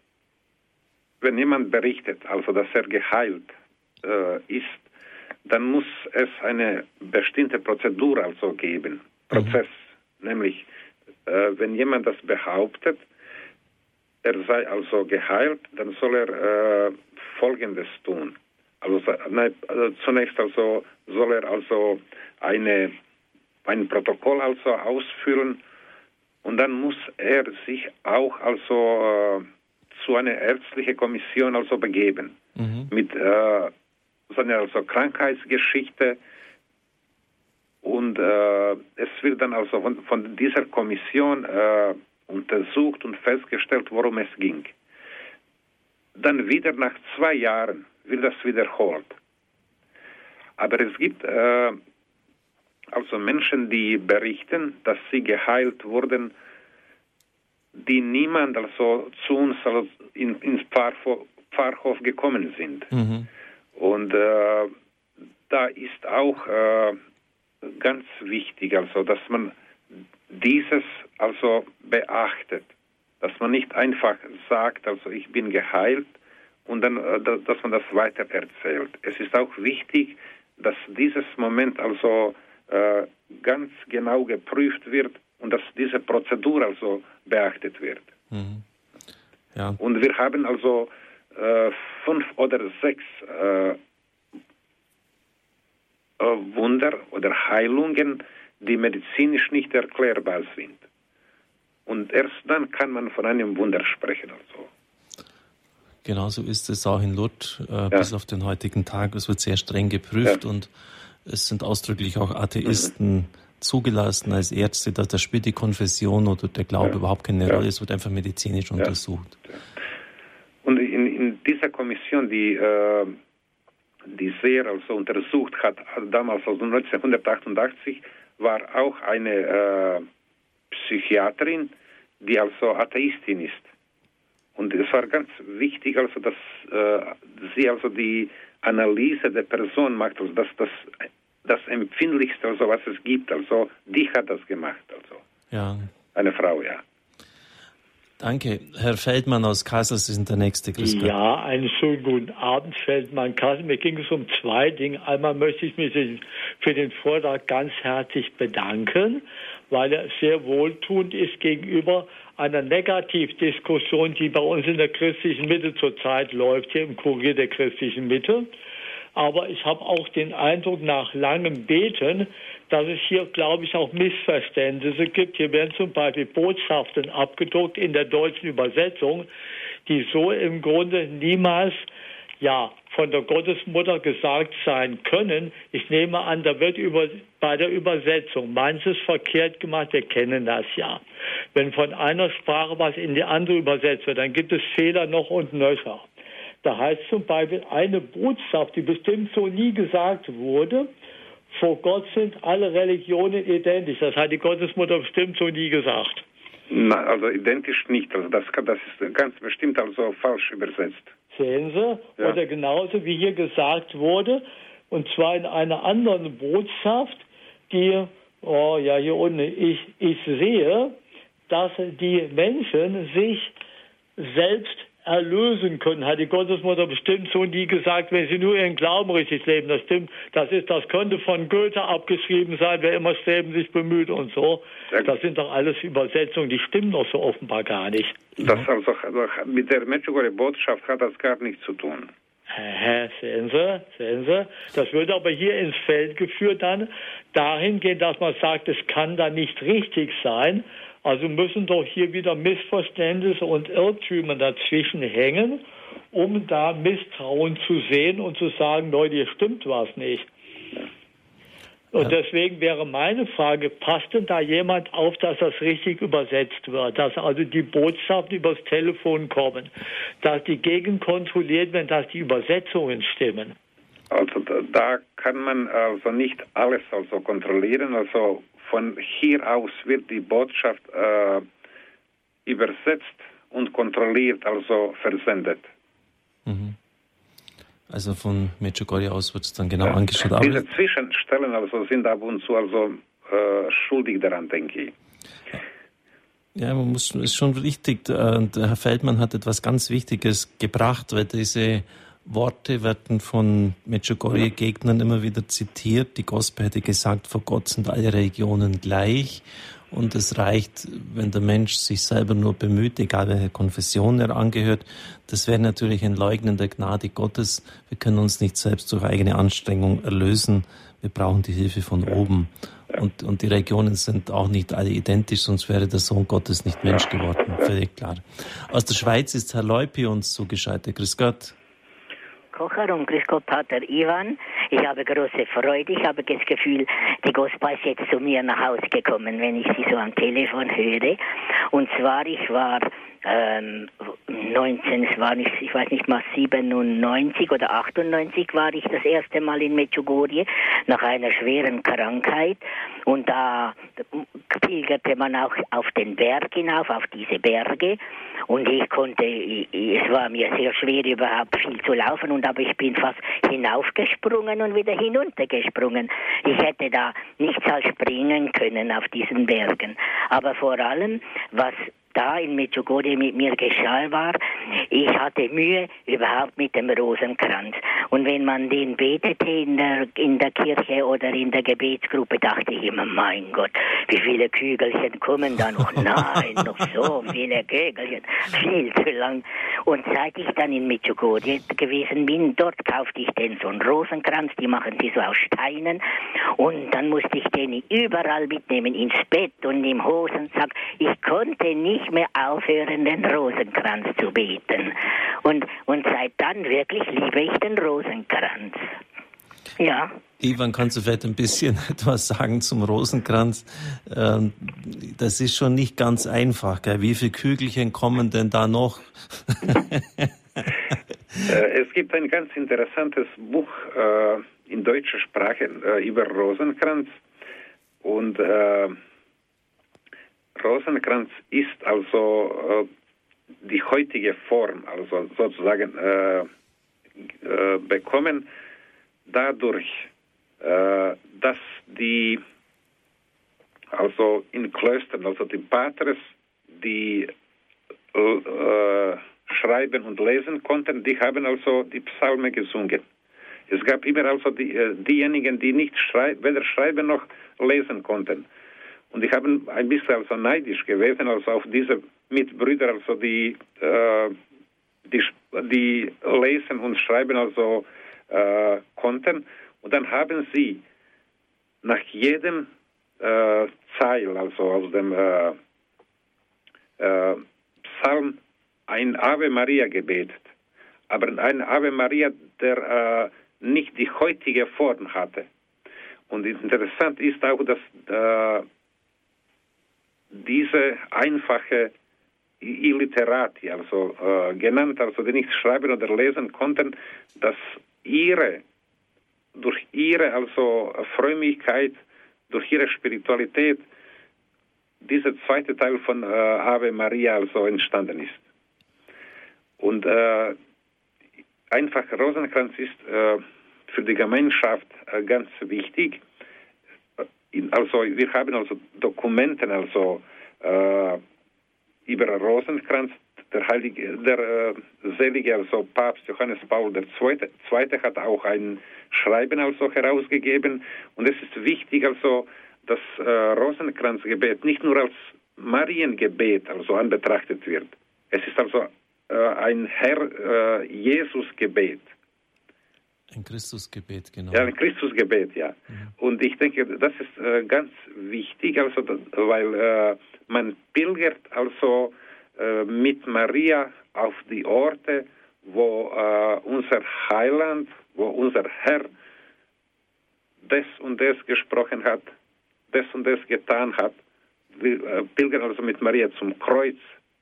wenn jemand berichtet, also dass er geheilt äh, ist, dann muss es eine bestimmte Prozedur also geben, Prozess, mhm. nämlich äh, wenn jemand das behauptet, er sei also geheilt, dann soll er äh, Folgendes tun. Also, ne, also zunächst also soll er also eine, ein Protokoll also ausfüllen und dann muss er sich auch also äh, zu einer ärztlichen Kommission also begeben mhm. mit äh, seiner also Krankheitsgeschichte und äh, es wird dann also von, von dieser Kommission äh, untersucht und festgestellt, worum es ging. Dann wieder nach zwei Jahren wird das wiederholt. Aber es gibt äh, also Menschen, die berichten, dass sie geheilt wurden, die niemand also zu uns also in, ins Pfarrhof, Pfarrhof gekommen sind. Mhm. Und äh, da ist auch äh, ganz wichtig, also dass man dieses also beachtet. Dass man nicht einfach sagt, also ich bin geheilt und dann, dass man das weiter erzählt. Es ist auch wichtig, dass dieses Moment also äh, ganz genau geprüft wird und dass diese Prozedur also beachtet wird. Mhm. Ja. Und wir haben also äh, fünf oder sechs äh, Wunder oder Heilungen, die medizinisch nicht erklärbar sind. Und erst dann kann man von einem Wunder sprechen. Also. Genauso ist es auch in Lourdes äh, ja. bis auf den heutigen Tag. Es wird sehr streng geprüft ja. und es sind ausdrücklich auch Atheisten mhm. zugelassen als Ärzte. Da, da spielt die Konfession oder der Glaube ja. überhaupt keine ja. Rolle. Es wird einfach medizinisch ja. untersucht. Ja. Und in, in dieser Kommission, die, äh, die sehr also untersucht hat, damals also neunzehnhundertachtundachtzig, war auch eine äh, Psychiaterin, die also Atheistin ist. Und es war ganz wichtig, also, dass äh, sie also die Analyse der Person macht, also dass das, das Empfindlichste, also was es gibt, also die hat das gemacht, also ja. eine Frau, ja. Danke. Herr Feldmann aus Kassel, Sie sind der Nächste. Grüß Gott. Ja, einen schönen guten Abend, Feldmann Kassel. Mir ging es um zwei Dinge. Einmal möchte ich mich für den Vortrag ganz herzlich bedanken, weil er sehr wohltuend ist gegenüber einer Negativdiskussion, die bei uns in der christlichen Mitte zurzeit läuft, hier im Kurier der christlichen Mitte. Aber ich habe auch den Eindruck nach langem Beten, dass es hier, glaube ich, auch Missverständnisse gibt. Hier werden zum Beispiel Botschaften abgedruckt in der deutschen Übersetzung, die so im Grunde niemals ja, von der Gottesmutter gesagt sein können. Ich nehme an, da wird über, bei der Übersetzung manches verkehrt gemacht. Wir kennen das ja. Wenn von einer Sprache was in die andere übersetzt wird, dann gibt es Fehler noch und nöcher. Da heißt zum Beispiel eine Botschaft, die bestimmt so nie gesagt wurde: Vor Gott sind alle Religionen identisch. Das hat die Gottesmutter bestimmt so nie gesagt. Na, also identisch nicht. Also das, das ist ganz bestimmt also falsch übersetzt. Sehen Sie? Ja. Oder genauso wie hier gesagt wurde, und zwar in einer anderen Botschaft, die, oh ja, hier unten, ich, ich sehe, dass die Menschen sich selbst erlösen können, hat die Gottesmutter bestimmt so nie gesagt, wenn sie nur ihren Glauben richtig leben. Das stimmt, das ist, das könnte von Goethe abgeschrieben sein, wer immer streben sich bemüht und so. Das sind doch alles Übersetzungen, die stimmen doch so offenbar gar nicht. Das also, also mit der Medjugorje-Botschaft hat das gar nichts zu tun. Hä, sehen Sie, sehen Sie. Das wird aber hier ins Feld geführt dann dahingehend, dass man sagt, es kann da nicht richtig sein. Also müssen doch hier wieder Missverständnisse und Irrtümer dazwischen hängen, um da Misstrauen zu sehen und zu sagen, Leute, hier stimmt was nicht. Und deswegen wäre meine Frage, passt denn da jemand auf, dass das richtig übersetzt wird, dass also die Botschaften übers Telefon kommen, dass die Gegend kontrolliert werden, dass die Übersetzungen stimmen? Also da, da kann man also nicht alles also kontrollieren, also von hier aus wird die Botschaft äh, übersetzt und kontrolliert, also versendet. Mhm. Also von Medjugorje aus wird es dann genau ja. angeschaut. Aber diese Zwischenstellen also sind ab und zu also äh, schuldig daran, denke ich. Ja, man muss, ist schon richtig. Und Herr Feldmann hat etwas ganz Wichtiges gebracht, weil diese Worte werden von Medjugorje-Gegnern immer wieder zitiert. Die Gospel hätte gesagt, vor Gott sind alle Religionen gleich. Und es reicht, wenn der Mensch sich selber nur bemüht, egal welche Konfession er angehört. Das wäre natürlich ein Leugnen der Gnade Gottes. Wir können uns nicht selbst durch eigene Anstrengung erlösen. Wir brauchen die Hilfe von oben. Und, und die Religionen sind auch nicht alle identisch, sonst wäre der Sohn Gottes nicht Mensch geworden. Völlig klar. Aus der Schweiz ist Herr Leupi uns zugeschaltet. Grüß Gott. Kocher und grüß Gott, Pater Ivan. Ich habe große Freude. Ich habe das Gefühl, die Gospel ist jetzt zu mir nach Hause gekommen, wenn ich sie so am Telefon höre. Und zwar, ich war ähm, neunzehn, es war nicht, ich weiß nicht mal, siebenundneunzig oder achtundneunzig war ich das erste Mal in Medjugorje nach einer schweren Krankheit. Und da pilgerte man auch auf den Berg hinauf, auf diese Berge. Und ich konnte, es war mir sehr schwer, überhaupt viel zu laufen. Und aber ich bin fast hinaufgesprungen und wieder hinuntergesprungen. Ich hätte da nichts als springen können auf diesen Bergen. Aber vor allem, was da in Medjugorje mit mir geschah, war, ich hatte Mühe überhaupt mit dem Rosenkranz. Und wenn man den betete in der, in der Kirche oder in der Gebetsgruppe, dachte ich immer, mein Gott, wie viele Kügelchen kommen da noch? Nein, noch so viele Kügelchen, viel zu lang. Und seit ich dann in Medjugorje gewesen bin, dort kaufte ich den so einen Rosenkranz, die machen die so aus Steinen. Und dann musste ich den überall mitnehmen, ins Bett und im Hosensack. Ich konnte nicht nicht mehr aufhören, den Rosenkranz zu beten. Und, und seit dann wirklich liebe ich den Rosenkranz. Ja. Ivan, kannst du vielleicht ein bisschen etwas sagen zum Rosenkranz? Das ist schon nicht ganz einfach, gell? Wie viele Kügelchen kommen denn da noch? Es gibt ein ganz interessantes Buch äh, in deutscher Sprache äh, über Rosenkranz. Und äh, Rosenkranz ist also äh, die heutige Form, also sozusagen äh, äh, bekommen dadurch, äh, dass die, also in Klöstern, also die Patres, die äh, schreiben und lesen konnten, die haben also die Psalmen gesungen. Es gab immer also die, äh, diejenigen, die nicht schrei- weder schreiben noch lesen konnten. Und die haben ein bisschen also neidisch gewesen, also auf diese Mitbrüder, also die, äh, die, die lesen und schreiben also äh, konnten. Und dann haben sie nach jedem äh, Zeil, also aus dem äh, äh, Psalm, ein Ave Maria gebetet. Aber ein Ave Maria, der äh, nicht die heutige Form hatte. Und interessant ist auch, dass äh, diese einfache Illiterati, also äh, genannt, also die nicht schreiben oder lesen konnten, dass ihre, durch ihre also Frömmigkeit, durch ihre Spiritualität, dieser zweite Teil von äh, Ave Maria also entstanden ist. Und äh, einfach Rosenkranz ist äh, für die Gemeinschaft äh, ganz wichtig. Also wir haben also Dokumenten also äh, über Rosenkranz. Der heilige, der äh, selige also Papst Johannes Paul der Zweite hat auch ein Schreiben also herausgegeben. Und es ist wichtig also, dass äh, Rosenkranzgebet nicht nur als Mariengebet also anbetrachtet wird. Es ist also äh, ein Herr äh, Jesus-Gebet. Ein Christusgebet, genau. Ja, ein Christusgebet, ja. Mhm. Und ich denke, das ist äh, ganz wichtig, also, weil äh, man pilgert also äh, mit Maria auf die Orte, wo äh, unser Heiland, wo unser Herr das und das gesprochen hat, das und das getan hat. Wir äh, pilgern also mit Maria zum Kreuz.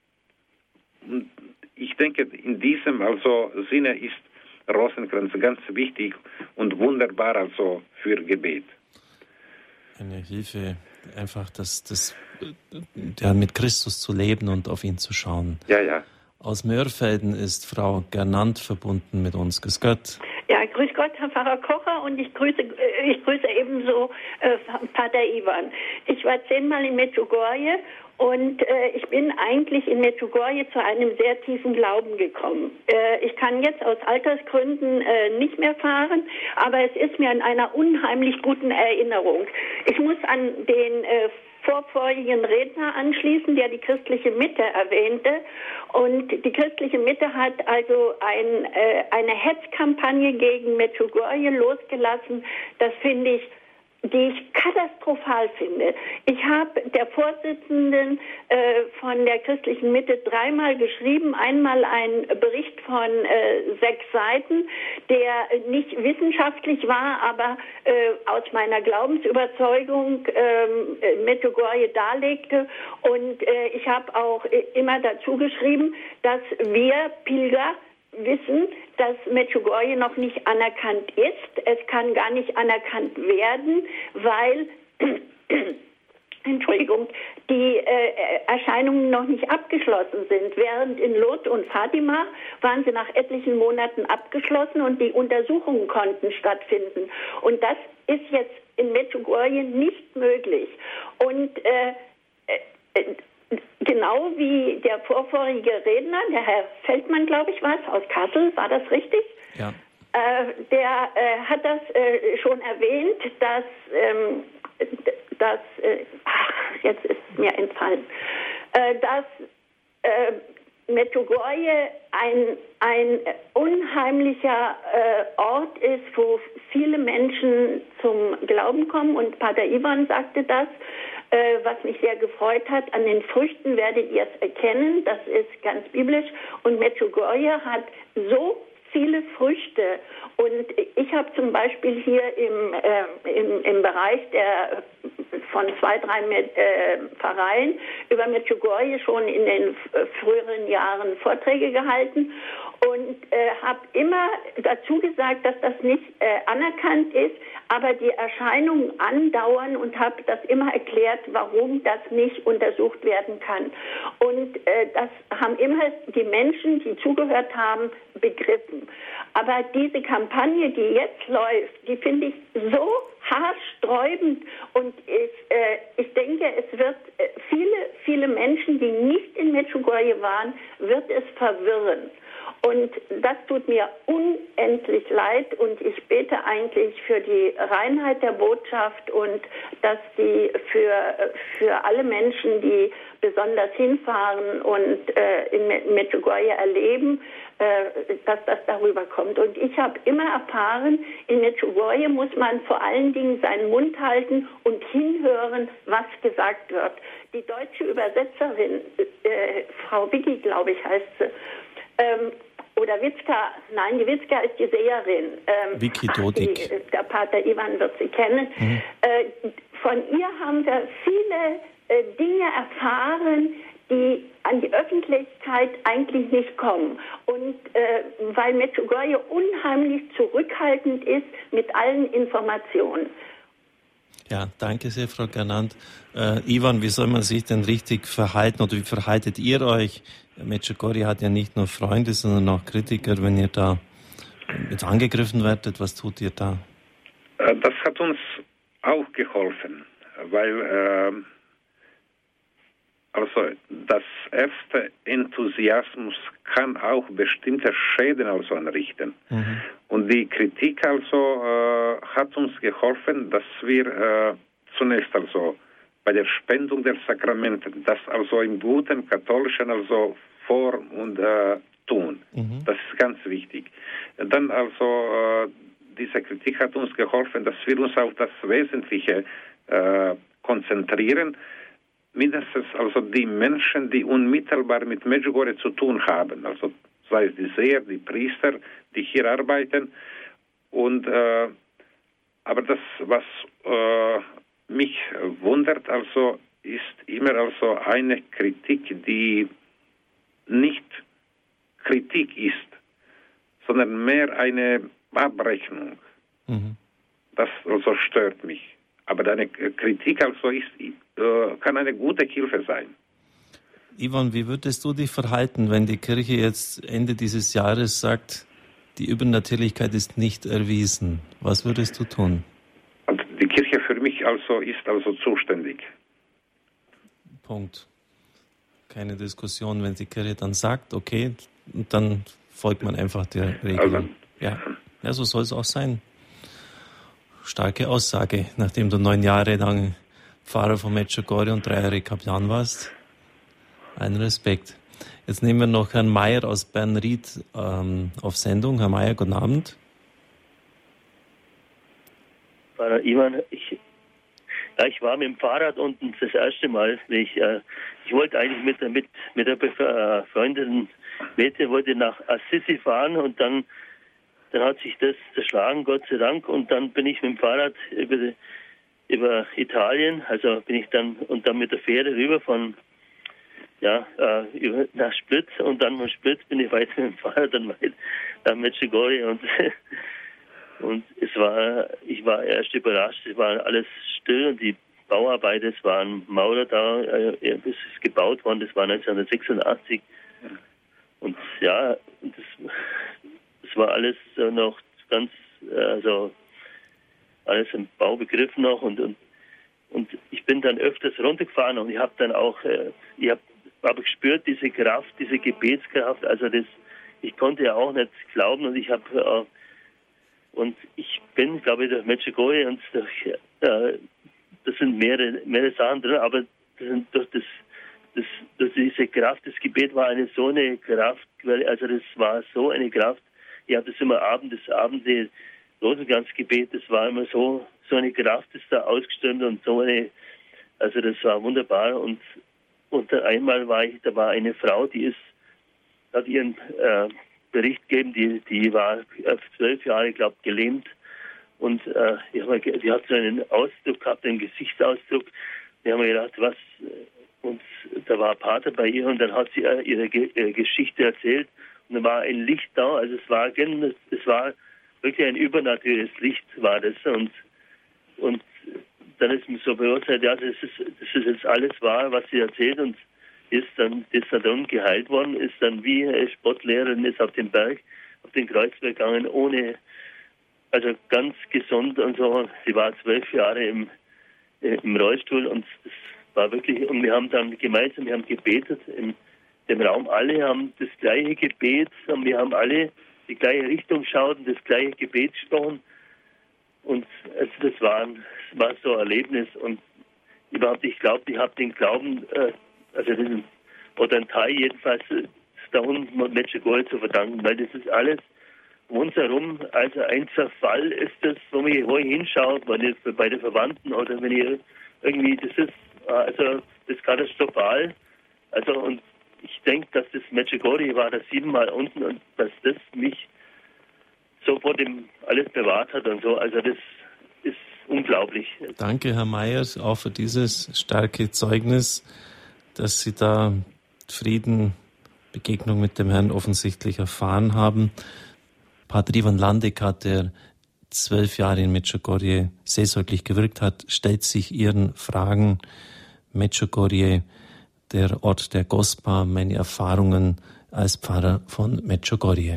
Und ich denke, in diesem also Sinne ist Rosenkranz ganz wichtig und wunderbar also für Gebet. Eine Hilfe, einfach das, das ja, mit Christus zu leben und auf ihn zu schauen. Ja, ja. Aus Mörfelden ist Frau Gernand verbunden mit uns. Grüß Gott. Ja, grüß Gott, Herr Pfarrer Kocher, und ich grüße, ich grüße ebenso äh, Pater Ivan. Ich war zehnmal in Medjugorje. Und äh, ich bin eigentlich in Medjugorje zu einem sehr tiefen Glauben gekommen. Äh, ich kann jetzt aus Altersgründen äh, nicht mehr fahren, aber es ist mir in einer unheimlich guten Erinnerung. Ich muss an den äh, vorvorigen Redner anschließen, der die christliche Mitte erwähnte. Und die christliche Mitte hat also ein, äh, eine Hetzkampagne gegen Medjugorje losgelassen. Das finde ich die ich katastrophal finde. Ich habe der Vorsitzenden äh, von der christlichen Mitte dreimal geschrieben, einmal ein Bericht von äh, sechs Seiten, der nicht wissenschaftlich war, aber äh, aus meiner Glaubensüberzeugung äh, Medjugorje darlegte. Und äh, ich habe auch äh, immer dazu geschrieben, dass wir Pilger wissen, dass Medjugorje noch nicht anerkannt ist. Es kann gar nicht anerkannt werden, weil Entschuldigung, die äh, Erscheinungen noch nicht abgeschlossen sind. Während in Lot und Fatima waren sie nach etlichen Monaten abgeschlossen und die Untersuchungen konnten stattfinden. Und das ist jetzt in Medjugorje nicht möglich. Und äh, äh, genau wie der vorvorige Redner, der Herr Feldmann, glaube ich, war es, aus Kassel, war das richtig? Ja. Äh, der äh, hat das äh, schon erwähnt, dass, ähm, dass äh, ach, jetzt ist es mir entfallen, äh, dass äh, Medjugorje ein, ein unheimlicher äh, Ort ist, wo viele Menschen zum Glauben kommen, und Pater Ivan sagte das, äh, was mich sehr gefreut hat. An den Früchten werdet ihr es erkennen. Das ist ganz biblisch. Und Medjugorje hat so viele Früchte. Und ich habe zum Beispiel hier im, äh, im, im Bereich der von zwei, drei äh, Pfarreien über Medjugorje schon in den äh, früheren Jahren Vorträge gehalten und äh, habe immer dazu gesagt, dass das nicht äh, anerkannt ist, aber die Erscheinungen andauern und habe das immer erklärt, warum das nicht untersucht werden kann. Und äh, das haben immer die Menschen, die zugehört haben, begriffen. Aber diese Kampagne, die jetzt läuft, die finde ich so haarsträubend und ich, äh, ich denke, es wird äh, viele, viele Menschen, die nicht in Medjugorje waren, wird es verwirren. Und das tut mir unendlich leid und ich bete eigentlich für die Reinheit der Botschaft und dass die für, für alle Menschen, die besonders hinfahren und äh, in Medjugorje erleben, äh, dass das darüber kommt. Und ich habe immer erfahren, in Medjugorje muss man vor allen Dingen seinen Mund halten und hinhören, was gesagt wird. Die deutsche Übersetzerin, äh, Frau Biggi, glaube ich, heißt sie, ähm, oder Witzka, nein, die Witzka ist die Seherin. Ähm, Vicky ach, Dodik. die, der Pater Ivan wird sie kennen. Mhm. Äh, von ihr haben wir viele äh, Dinge erfahren, die an die Öffentlichkeit eigentlich nicht kommen. Und äh, weil Medjugorje unheimlich zurückhaltend ist mit allen Informationen. Ja, danke sehr, Frau Gernand. Äh, Ivan, wie soll man sich denn richtig verhalten oder wie verhaltet ihr euch? Medjugorje hat ja nicht nur Freunde, sondern auch Kritiker. Wenn ihr da jetzt angegriffen werdet, was tut ihr da? Das hat uns auch geholfen, weil äh, also das erste Enthusiasmus kann auch bestimmte Schäden also anrichten. Mhm. Und die Kritik also äh, hat uns geholfen, dass wir äh, zunächst also bei der Spendung der Sakramente, das also im guten katholischen also vor und äh, tun. Mhm. Das ist ganz wichtig. Dann also äh, diese Kritik hat uns geholfen, dass wir uns auf das Wesentliche äh, konzentrieren, mindestens also die Menschen, die unmittelbar mit Medjugorje zu tun haben, also sei es die Seher, die Priester, die hier arbeiten. Und äh, aber das, was äh, mich wundert, also ist immer also eine Kritik, die nicht Kritik ist, sondern mehr eine Abrechnung. Mhm. Das also stört mich. Aber eine Kritik also ist, äh, kann eine gute Hilfe sein. Ivan, wie würdest du dich verhalten, wenn die Kirche jetzt Ende dieses Jahres sagt, die Übernatürlichkeit ist nicht erwiesen? Was würdest du tun? Also die Kirche für mich also ist also zuständig. Punkt. Keine Diskussion, wenn die Kirche dann sagt, okay, dann folgt man einfach der Regel. Also, ja. ja, so soll es auch sein. Starke Aussage, nachdem du neun Jahre lang Pfarrer von Medjugorje und drei Jahre Kaplan warst. Ein Respekt. Jetzt nehmen wir noch Herrn Mayer aus Bernried ähm, auf Sendung. Herr Mayer, guten Abend. Pfarrer Ivan, ich, ja, ich war mit dem Fahrrad unten das erste Mal. Ich, äh, ich wollte eigentlich mit, mit, mit der befreundeten Mädchen wollte nach Assisi fahren und dann Dann hat sich das zerschlagen, Gott sei Dank. Und dann bin ich mit dem Fahrrad über, die, über Italien, also bin ich dann und dann mit der Fähre rüber von ja äh, über, nach Split und dann von Split bin ich weiter mit dem Fahrrad dann weiter nach Medjugorje und und es war, ich war erst überrascht, es war alles still und die Bauarbeiter, es waren Maurer da, äh, es ist gebaut worden, das war neunzehnhundertsechsundachtzig und ja, das Es war alles äh, noch ganz, äh, also alles im Baubegriff noch und, und und ich bin dann öfters runtergefahren und ich habe dann auch, äh, ich habe hab gespürt diese Kraft, diese Gebetskraft, also das, ich konnte ja auch nicht glauben und ich habe äh, und ich bin, glaube ich, durch Medjugorje und durch, äh, das sind mehrere, mehrere Sachen drin, aber das sind durch das Das, das, diese Kraft, das Gebet war eine so eine Kraft, also das war so eine Kraft. Ich habe das immer Abend, das Abend, das Rosenkranzgebet, das war immer so, so eine Kraft, das da ausgeströmt und so eine, Also das war wunderbar. Und, und einmal war ich, da war eine Frau, die ist, hat ihren äh, Bericht gegeben, die, die war zwölf Jahre, glaube ich, gelähmt. Und äh, die, haben, die hat so einen Ausdruck gehabt, einen Gesichtsausdruck. Die haben mir gedacht, was... Und da war ein Pater bei ihr und dann hat sie ihre, ihre Geschichte erzählt. Und da war ein Licht da. Also es war, es war wirklich ein übernatürliches Licht, war das. Und, und dann ist mir so bewusst, ja, das ist, das ist jetzt alles wahr, was sie erzählt. Und ist dann, ist dann geheilt worden, ist dann wie eine Sportlehrerin, ist auf den Berg, auf den Kreuzberg gegangen, ohne, also ganz gesund und so. Sie war zwölf Jahre im, im Rollstuhl und das war wirklich, und wir haben dann gemeinsam, wir haben gebetet in dem Raum, alle haben das gleiche Gebet, und wir haben alle die gleiche Richtung geschaut und das gleiche Gebet gesprochen. Und also das, war, das war so ein Erlebnis. Und überhaupt, ich glaube, ich habe den Glauben, äh, also den, oder ein Teil jedenfalls, da unten und Medjugorje zu verdanken, weil das ist alles um uns herum, also ein Zerfall ist das, wo ich, wo ich hinschaue, bei den, bei den Verwandten oder wenn ich irgendwie, das ist, also das ist katastrophal. Also und ich denke, dass das Medjugorje war da siebenmal unten und dass das mich so vor dem alles bewahrt hat und so. Also das ist unglaublich. Danke, Herr Meyers, auch für dieses starke Zeugnis, dass Sie da Frieden, Begegnung mit dem Herrn offensichtlich erfahren haben. Pater Ivan Landeka, der zwölf Jahre in Medjugorje seelsorglich gewirkt hat, stellt sich Ihren Fragen. Medjugorje, der Ort der Gospa, meine Erfahrungen als Pfarrer von Medjugorje.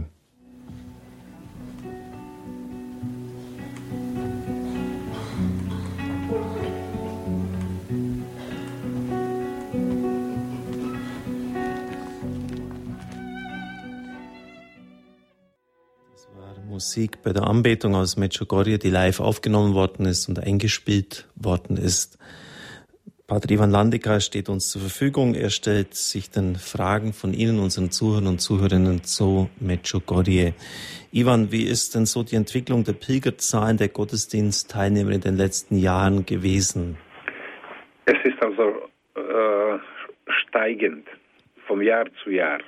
Das war Musik bei der Anbetung aus Medjugorje, die live aufgenommen worden ist und eingespielt worden ist. Pater Ivan Landeka steht uns zur Verfügung. Er stellt sich den Fragen von Ihnen, unseren Zuhörern und Zuhörerinnen zu Medjugorje. Ivan, wie ist denn so die Entwicklung der Pilgerzahlen der Gottesdienstteilnehmer in den letzten Jahren gewesen? Es ist also äh, steigend vom Jahr zu Jahr.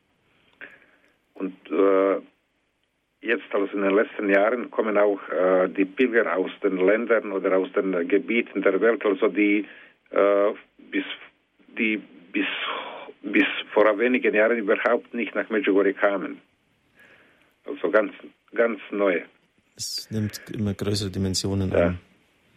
Und äh, jetzt, also in den letzten Jahren, kommen auch äh, die Pilger aus den Ländern oder aus den Gebieten der Welt, also die äh, bis, die bis, bis vor wenigen Jahren überhaupt nicht nach Medjugorje kamen. Also ganz, ganz neu. Es nimmt immer größere Dimensionen ja. an.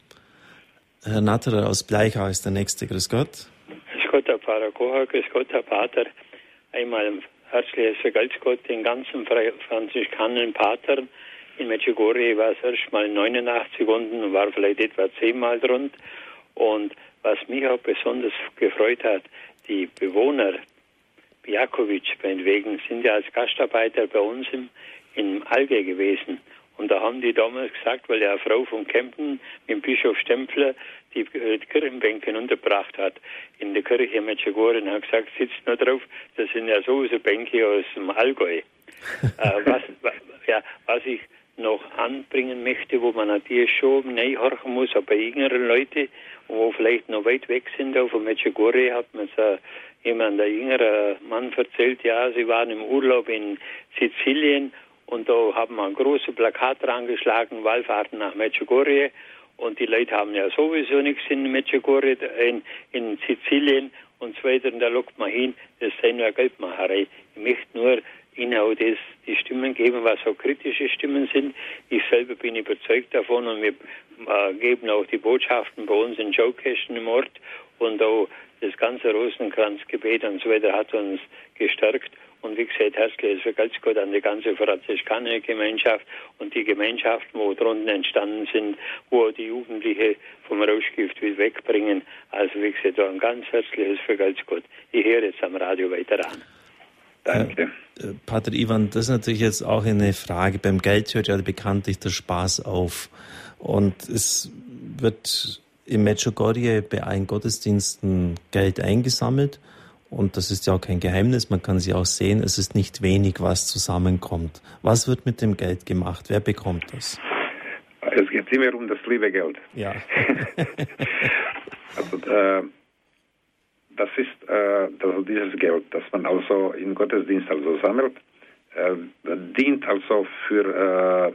Herr Natterer aus Bleichau ist der Nächste. Grüß Gott. Grüß Gott, Herr Pfarrer Kocher, grüß Gott, Herr Pater. Einmal herzliches Vergelt's Gott den ganzen franziskanischen Patern. In Medjugorje war es erst mal neunundachtzig unten und war vielleicht etwa zehnmal drunter. Und was mich auch besonders gefreut hat, die Bewohner Bijakovic meinetwegen sind ja als Gastarbeiter bei uns im, im Allgäu gewesen. Und da haben die damals gesagt, weil ja eine Frau von Kempten mit dem Bischof Stempfler die, die Kirchenbänke untergebracht hat in der Kirche Medjugorje, und hat gesagt, sitzt nur drauf, das sind ja sowieso Bänke aus dem Allgäu. äh, was, ja, was ich noch anbringen möchte, wo man natürlich schon reinhorchen muss, aber bei jüngeren Leuten, wo vielleicht noch weit weg sind, auf Medjugorje, hat mir so jemand, ein jüngerer Mann erzählt, ja, sie waren im Urlaub in Sizilien und da haben wir ein großes Plakat rangeschlagen, Wallfahrten nach Medjugorje, und die Leute haben ja sowieso nichts in Medjugorje, in, in Sizilien und so weiter, und da lockt man hin, das sei nur Geldmacherei. Ich möchte nur Ihnen auch das, die Stimmen geben, was auch kritische Stimmen sind. Ich selber bin überzeugt davon, und wir äh, geben auch die Botschaften bei uns in Showkästen im Ort, und auch das ganze Rosenkranzgebet und so weiter hat uns gestärkt. Und wie gesagt, herzliches Vergelt's Gott an die ganze franziskanische Gemeinschaft und die Gemeinschaften, wo drunten entstanden sind, wo die Jugendliche vom Rauschgift wieder wegbringen. Also wie gesagt, ein ganz herzliches Vergelt's Gott. Ich höre jetzt am Radio weiter an. Danke. Äh, Pater Ivan, das ist natürlich jetzt auch eine Frage. Beim Geld hört ja bekanntlich der Spaß auf. Und es wird in Medjugorje bei allen Gottesdiensten Geld eingesammelt. Und das ist ja auch kein Geheimnis, man kann sie auch sehen, es ist nicht wenig, was zusammenkommt. Was wird mit dem Geld gemacht? Wer bekommt das? Es geht immer um das liebe Geld. Ja. Also äh, das ist äh, also dieses Geld, das man also im Gottesdienst also sammelt, äh, dient also für äh,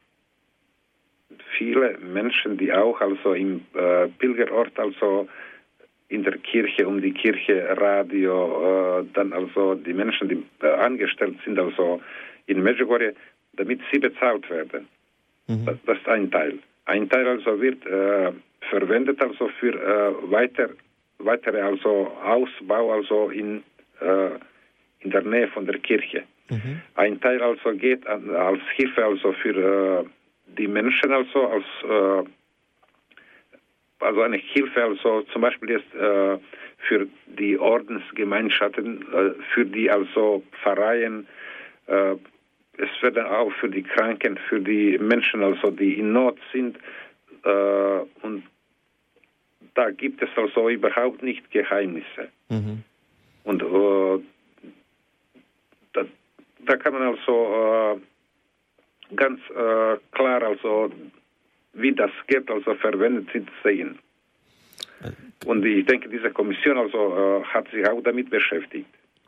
viele Menschen, die auch also im äh, Pilgerort, also in der Kirche, um die Kirche, Radio, äh, dann also die Menschen, die äh, angestellt sind, also in Medjugorje, damit sie bezahlt werden. Mhm. Das, das ist ein Teil. Ein Teil also wird äh, verwendet also für äh, weiter, weitere also Ausbau also in, äh, in der Nähe von der Kirche. Mhm. Ein Teil also geht an, als Hilfe also für äh, die Menschen also als äh, also eine Hilfe also zum Beispiel jetzt äh, für die Ordensgemeinschaften, äh, für die also Pfarreien, äh, es werden auch für die Kranken, für die Menschen also die in Not sind, äh, und da gibt es also überhaupt nicht Geheimnisse. Mhm. Und äh, da, da kann man also äh, ganz äh, klar also, wie das Geld also verwendet wird, sehen. Und ich denke, diese Kommission also äh, hat sich auch damit beschäftigt.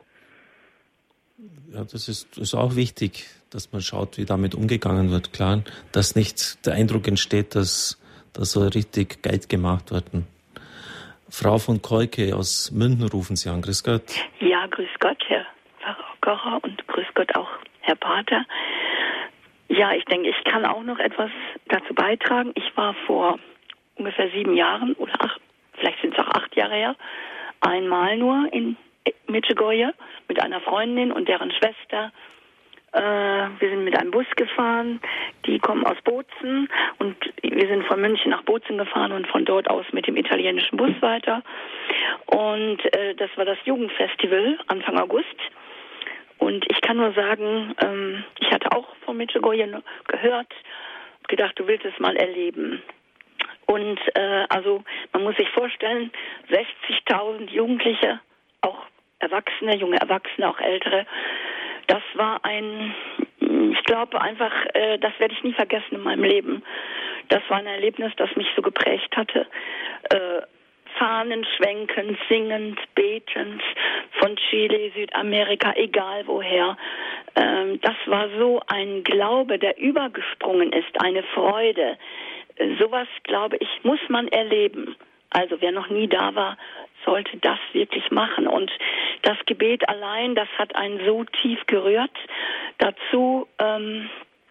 Ja, das ist, ist auch wichtig, dass man schaut, wie damit umgegangen wird. Klar, dass nicht der Eindruck entsteht, dass da so richtig Geld gemacht wird. Frau von Kolke aus München rufen Sie an. Grüß Gott. Ja, grüß Gott, Herr Pfarrer Kocher, und grüß Gott auch, Herr Pater. Ja, ich denke, ich kann auch noch etwas dazu beitragen. Ich war vor ungefähr sieben Jahren oder acht, vielleicht sind es auch acht Jahre her, einmal nur in Medjugorje mit einer Freundin und deren Schwester. Äh, wir sind mit einem Bus gefahren, die kommen aus Bozen, und wir sind von München nach Bozen gefahren und von dort aus mit dem italienischen Bus weiter. Und äh, das war das Jugendfestival Anfang August. Und ich kann nur sagen, ähm, ich hatte auch von Medjugorje gehört, gedacht, du willst es mal erleben. Und äh, also man muss sich vorstellen, sechzigtausend Jugendliche, auch Erwachsene, junge Erwachsene, auch Ältere. Das war ein, ich glaube einfach, äh, das werde ich nie vergessen in meinem Leben. Das war ein Erlebnis, das mich so geprägt hatte. Äh, Fahnen schwenkend, singend, betend, von Chile, Südamerika, egal woher. Ähm, das war so ein Glaube, der übergesprungen ist, eine Freude. Äh, sowas, glaube ich, muss man erleben. Also wer noch nie da war, sollte das wirklich machen. Und das Gebet allein, das hat einen so tief gerührt. Dazu, ähm,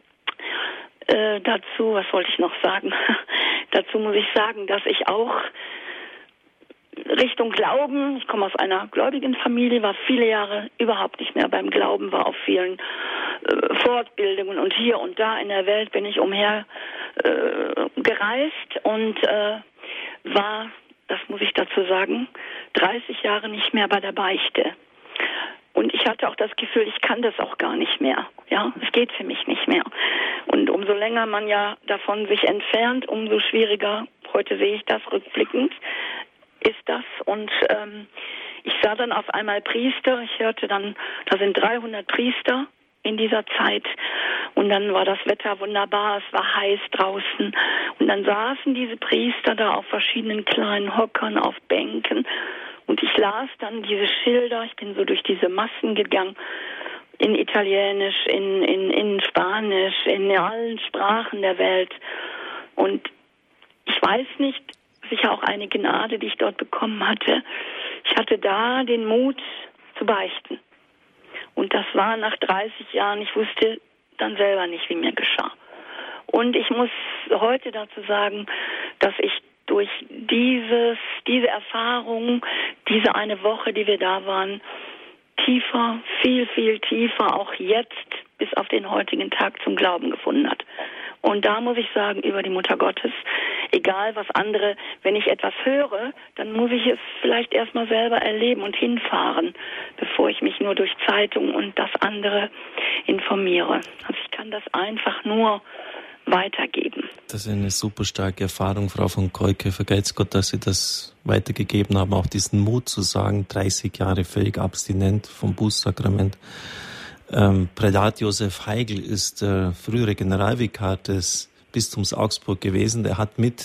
äh, dazu, was wollte ich noch sagen? Dazu muss ich sagen, dass ich auch Richtung Glauben, ich komme aus einer gläubigen Familie, war viele Jahre überhaupt nicht mehr beim Glauben, war auf vielen äh, Fortbildungen, und hier und da in der Welt bin ich umher äh, gereist und äh, war, das muss ich dazu sagen, dreißig Jahre nicht mehr bei der Beichte. Und ich hatte auch das Gefühl, ich kann das auch gar nicht mehr. Ja, es geht für mich nicht mehr. Und umso länger man ja davon sich entfernt, umso schwieriger, heute sehe ich das rückblickend, ist das. Und ähm, ich sah dann auf einmal Priester, ich hörte dann, da sind dreihundert Priester in dieser Zeit, und dann war das Wetter wunderbar, es war heiß draußen, und dann saßen diese Priester da auf verschiedenen kleinen Hockern, auf Bänken, und ich las dann diese Schilder, ich bin so durch diese Massen gegangen, in Italienisch, in, in, in Spanisch, in allen Sprachen der Welt, und ich weiß nicht, sicher auch eine Gnade, die ich dort bekommen hatte. Ich hatte da den Mut zu beichten. Und das war nach dreißig Jahren, ich wusste dann selber nicht, wie mir geschah. Und ich muss heute dazu sagen, dass ich durch dieses, diese Erfahrung, diese eine Woche, die wir da waren, tiefer, viel, viel tiefer, auch jetzt bis auf den heutigen Tag zum Glauben gefunden hat. Und da muss ich sagen, über die Mutter Gottes, egal was andere, wenn ich etwas höre, dann muss ich es vielleicht erstmal selber erleben und hinfahren, bevor ich mich nur durch Zeitungen und das andere informiere. Also ich kann das einfach nur weitergeben. Das ist eine super starke Erfahrung, Frau von Kolke. Vergelt's Gott, dass Sie das weitergegeben haben, auch diesen Mut zu sagen, dreißig Jahre völlig abstinent vom Bußsakrament. Ähm, Prälat Josef Heigl ist der frühere Generalvikar des Bistums Augsburg gewesen. Der hat mit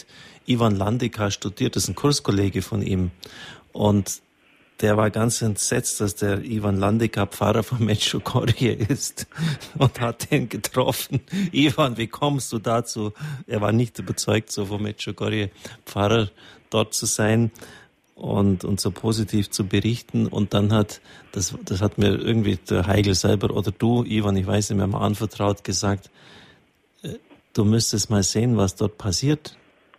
Ivan Landeka studiert, das ist ein Kurskollege von ihm. Und der war ganz entsetzt, dass der Ivan Landeka Pfarrer von Medjugorje ist und hat den getroffen. Ivan, wie kommst du dazu? Er war nicht überzeugt, so von Medjugorje Pfarrer dort zu sein und, und so positiv zu berichten. Und dann hat, das, das hat mir irgendwie der Heigl selber oder du, Ivan, ich weiß nicht mehr, mal anvertraut, gesagt, du müsstest mal sehen, was dort passiert.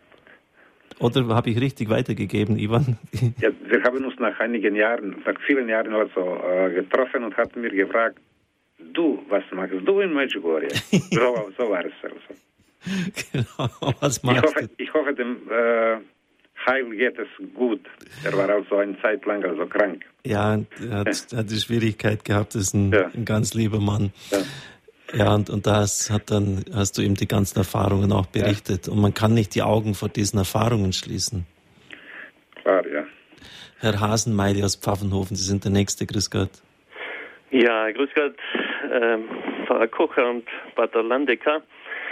Oder habe ich richtig weitergegeben, Ivan? Ja, wir haben uns nach einigen Jahren, nach vielen Jahren also äh, getroffen und hatten mir gefragt, du, was machst du in Medjugorje? so, so war es also. Genau, was machst ich hoffe, du? Ich hoffe, dem äh, Heil geht es gut. Er war also eine Zeit lang also krank. Ja, er hat, hat die Schwierigkeit gehabt, ist ein, ja. ein ganz lieber Mann. Ja. Ja, und, und da hast, hat dann, hast du ihm die ganzen Erfahrungen auch berichtet. Ja. Und man kann nicht die Augen vor diesen Erfahrungen schließen. Klar, ja. Herr Hasenmeili aus Pfaffenhofen, Sie sind der Nächste. Grüß Gott. Ja, grüß Gott, ähm, Pfarrer Kocher und Pater Landeka.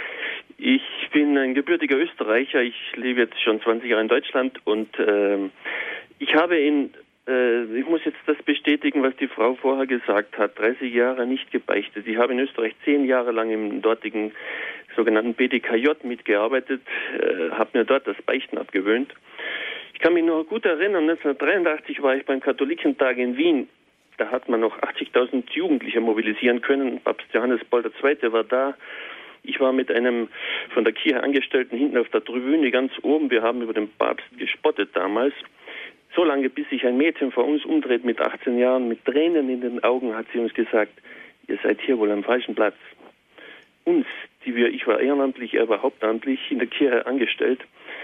Ich bin ein gebürtiger Österreicher. Ich lebe jetzt schon zwanzig Jahre in Deutschland und ähm, ich habe in Ich muss jetzt das bestätigen, was die Frau vorher gesagt hat. dreißig Jahre nicht gebeichtet. Ich habe in Österreich zehn Jahre lang im dortigen sogenannten B D K J mitgearbeitet, äh, habe mir dort das Beichten abgewöhnt. Ich kann mich noch gut erinnern, neunzehnhundertdreiundachtzig war ich beim Katholikentag in Wien. Da hat man noch achtzigtausend Jugendliche mobilisieren können. Papst Johannes Paul der Zweite war da. Ich war mit einem von der Kirche Angestellten hinten auf der Tribüne ganz oben. Wir haben über den Papst gespottet damals. So lange, bis sich ein Mädchen vor uns umdreht mit achtzehn Jahren, mit Tränen in den Augen, hat sie uns gesagt, ihr seid hier wohl am falschen Platz. Uns, die wir, ich war ehrenamtlich, er war hauptamtlich in der Kirche angestellt.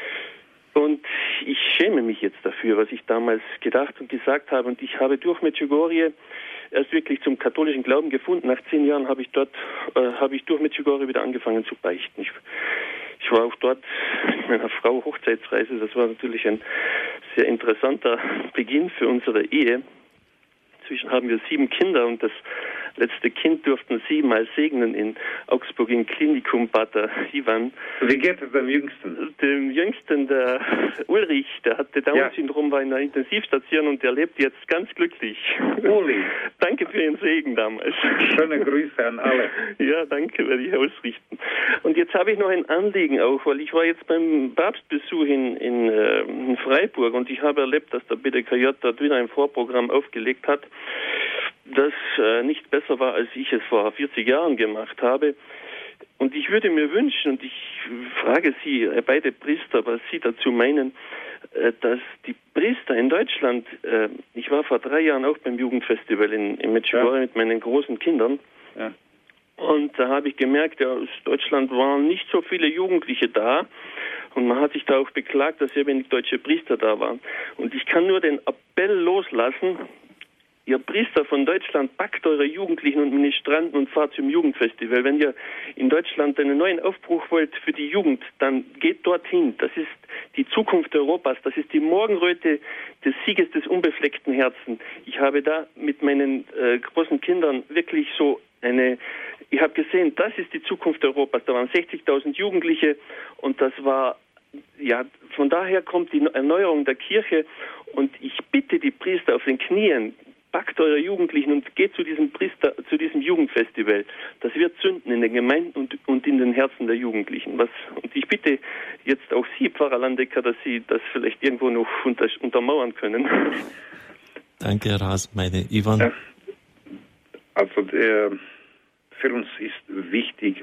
Und ich schäme mich jetzt dafür, was ich damals gedacht und gesagt habe. Und ich habe durch Medjugorje erst wirklich zum katholischen Glauben gefunden. Nach zehn Jahren habe ich dort, äh, habe ich durch Medjugorje wieder angefangen zu beichten. Ich, ich war auch dort mit meiner Frau Hochzeitsreise. Das war natürlich ein sehr interessanter Beginn für unsere Ehe. Inzwischen haben wir sieben Kinder und das letzte Kind durften Sie mal segnen in Augsburg im Klinikum, Pater Ivan. Wie geht es dem Jüngsten? Dem Jüngsten, der Ulrich, der hatte Down-Syndrom, war in der Intensivstation und der lebt jetzt ganz glücklich. Uli. Danke für Ihren Segen damals. Schöne Grüße an alle. Ja, danke, werde ich ausrichten. Und jetzt habe ich noch ein Anliegen auch, weil ich war jetzt beim Papstbesuch in, in, äh, in Freiburg und ich habe erlebt, dass der B D K J dort wieder ein Vorprogramm aufgelegt hat, das äh, nicht besser war, als ich es vor vierzig Jahren gemacht habe. Und ich würde mir wünschen, und ich frage Sie, äh, beide Priester, was Sie dazu meinen, äh, dass die Priester in Deutschland, äh, ich war vor drei Jahren auch beim Jugendfestival in, in Medjugorje ja. mit meinen großen Kindern. Ja. Und da habe ich gemerkt, ja, aus Deutschland waren nicht so viele Jugendliche da. Und man hat sich da auch beklagt, dass sehr wenig deutsche Priester da waren. Und ich kann nur den Appell loslassen, ihr Priester von Deutschland, packt eure Jugendlichen und Ministranten und fahrt zum Jugendfestival. Wenn ihr in Deutschland einen neuen Aufbruch wollt für die Jugend, dann geht dorthin. Das ist die Zukunft Europas. Das ist die Morgenröte des Sieges des unbefleckten Herzens. Ich habe da mit meinen äh, großen Kindern wirklich so eine, ich habe gesehen, das ist die Zukunft Europas. Da waren sechzigtausend Jugendliche und das war, ja, von daher kommt die Erneuerung der Kirche und ich bitte die Priester auf den Knien, packt eure Jugendlichen und geht zu diesem Priester, zu diesem Jugendfestival. Das wird zünden in den Gemeinden und, und in den Herzen der Jugendlichen. Was, und ich bitte jetzt auch Sie, Pfarrer Landecker, dass Sie das vielleicht irgendwo noch unter, untermauern können. Danke, Herr Hasenmeili. Ivan? Ja, also der, für uns ist wichtig,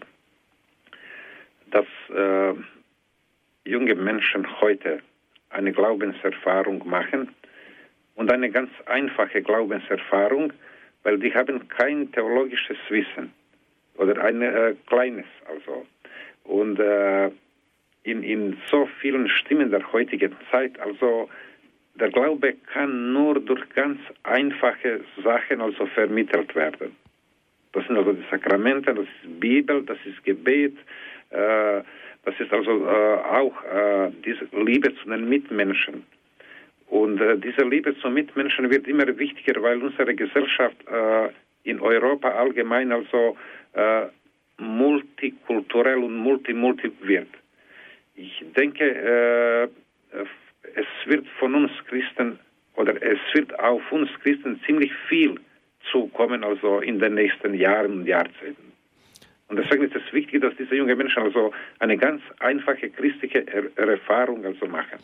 dass äh, junge Menschen heute eine Glaubenserfahrung machen, und eine ganz einfache Glaubenserfahrung, weil die haben kein theologisches Wissen oder ein äh, kleines also. Und äh, in, in so vielen Stimmen der heutigen Zeit, also der Glaube kann nur durch ganz einfache Sachen also vermittelt werden. Das sind also die Sakramente, das ist Bibel, das ist Gebet, äh, das ist also äh, auch äh, diese Liebe zu den Mitmenschen. Und äh, diese Liebe zu Mitmenschen wird immer wichtiger, weil unsere Gesellschaft äh, in Europa allgemein also äh, multikulturell und multi-multi wird. Ich denke, äh, es wird von uns Christen oder es wird auf uns Christen ziemlich viel zukommen, also in den nächsten Jahren und Jahrzehnten. Und deswegen ist es wichtig, dass diese jungen Menschen also eine ganz einfache christliche er- Erfahrung also machen.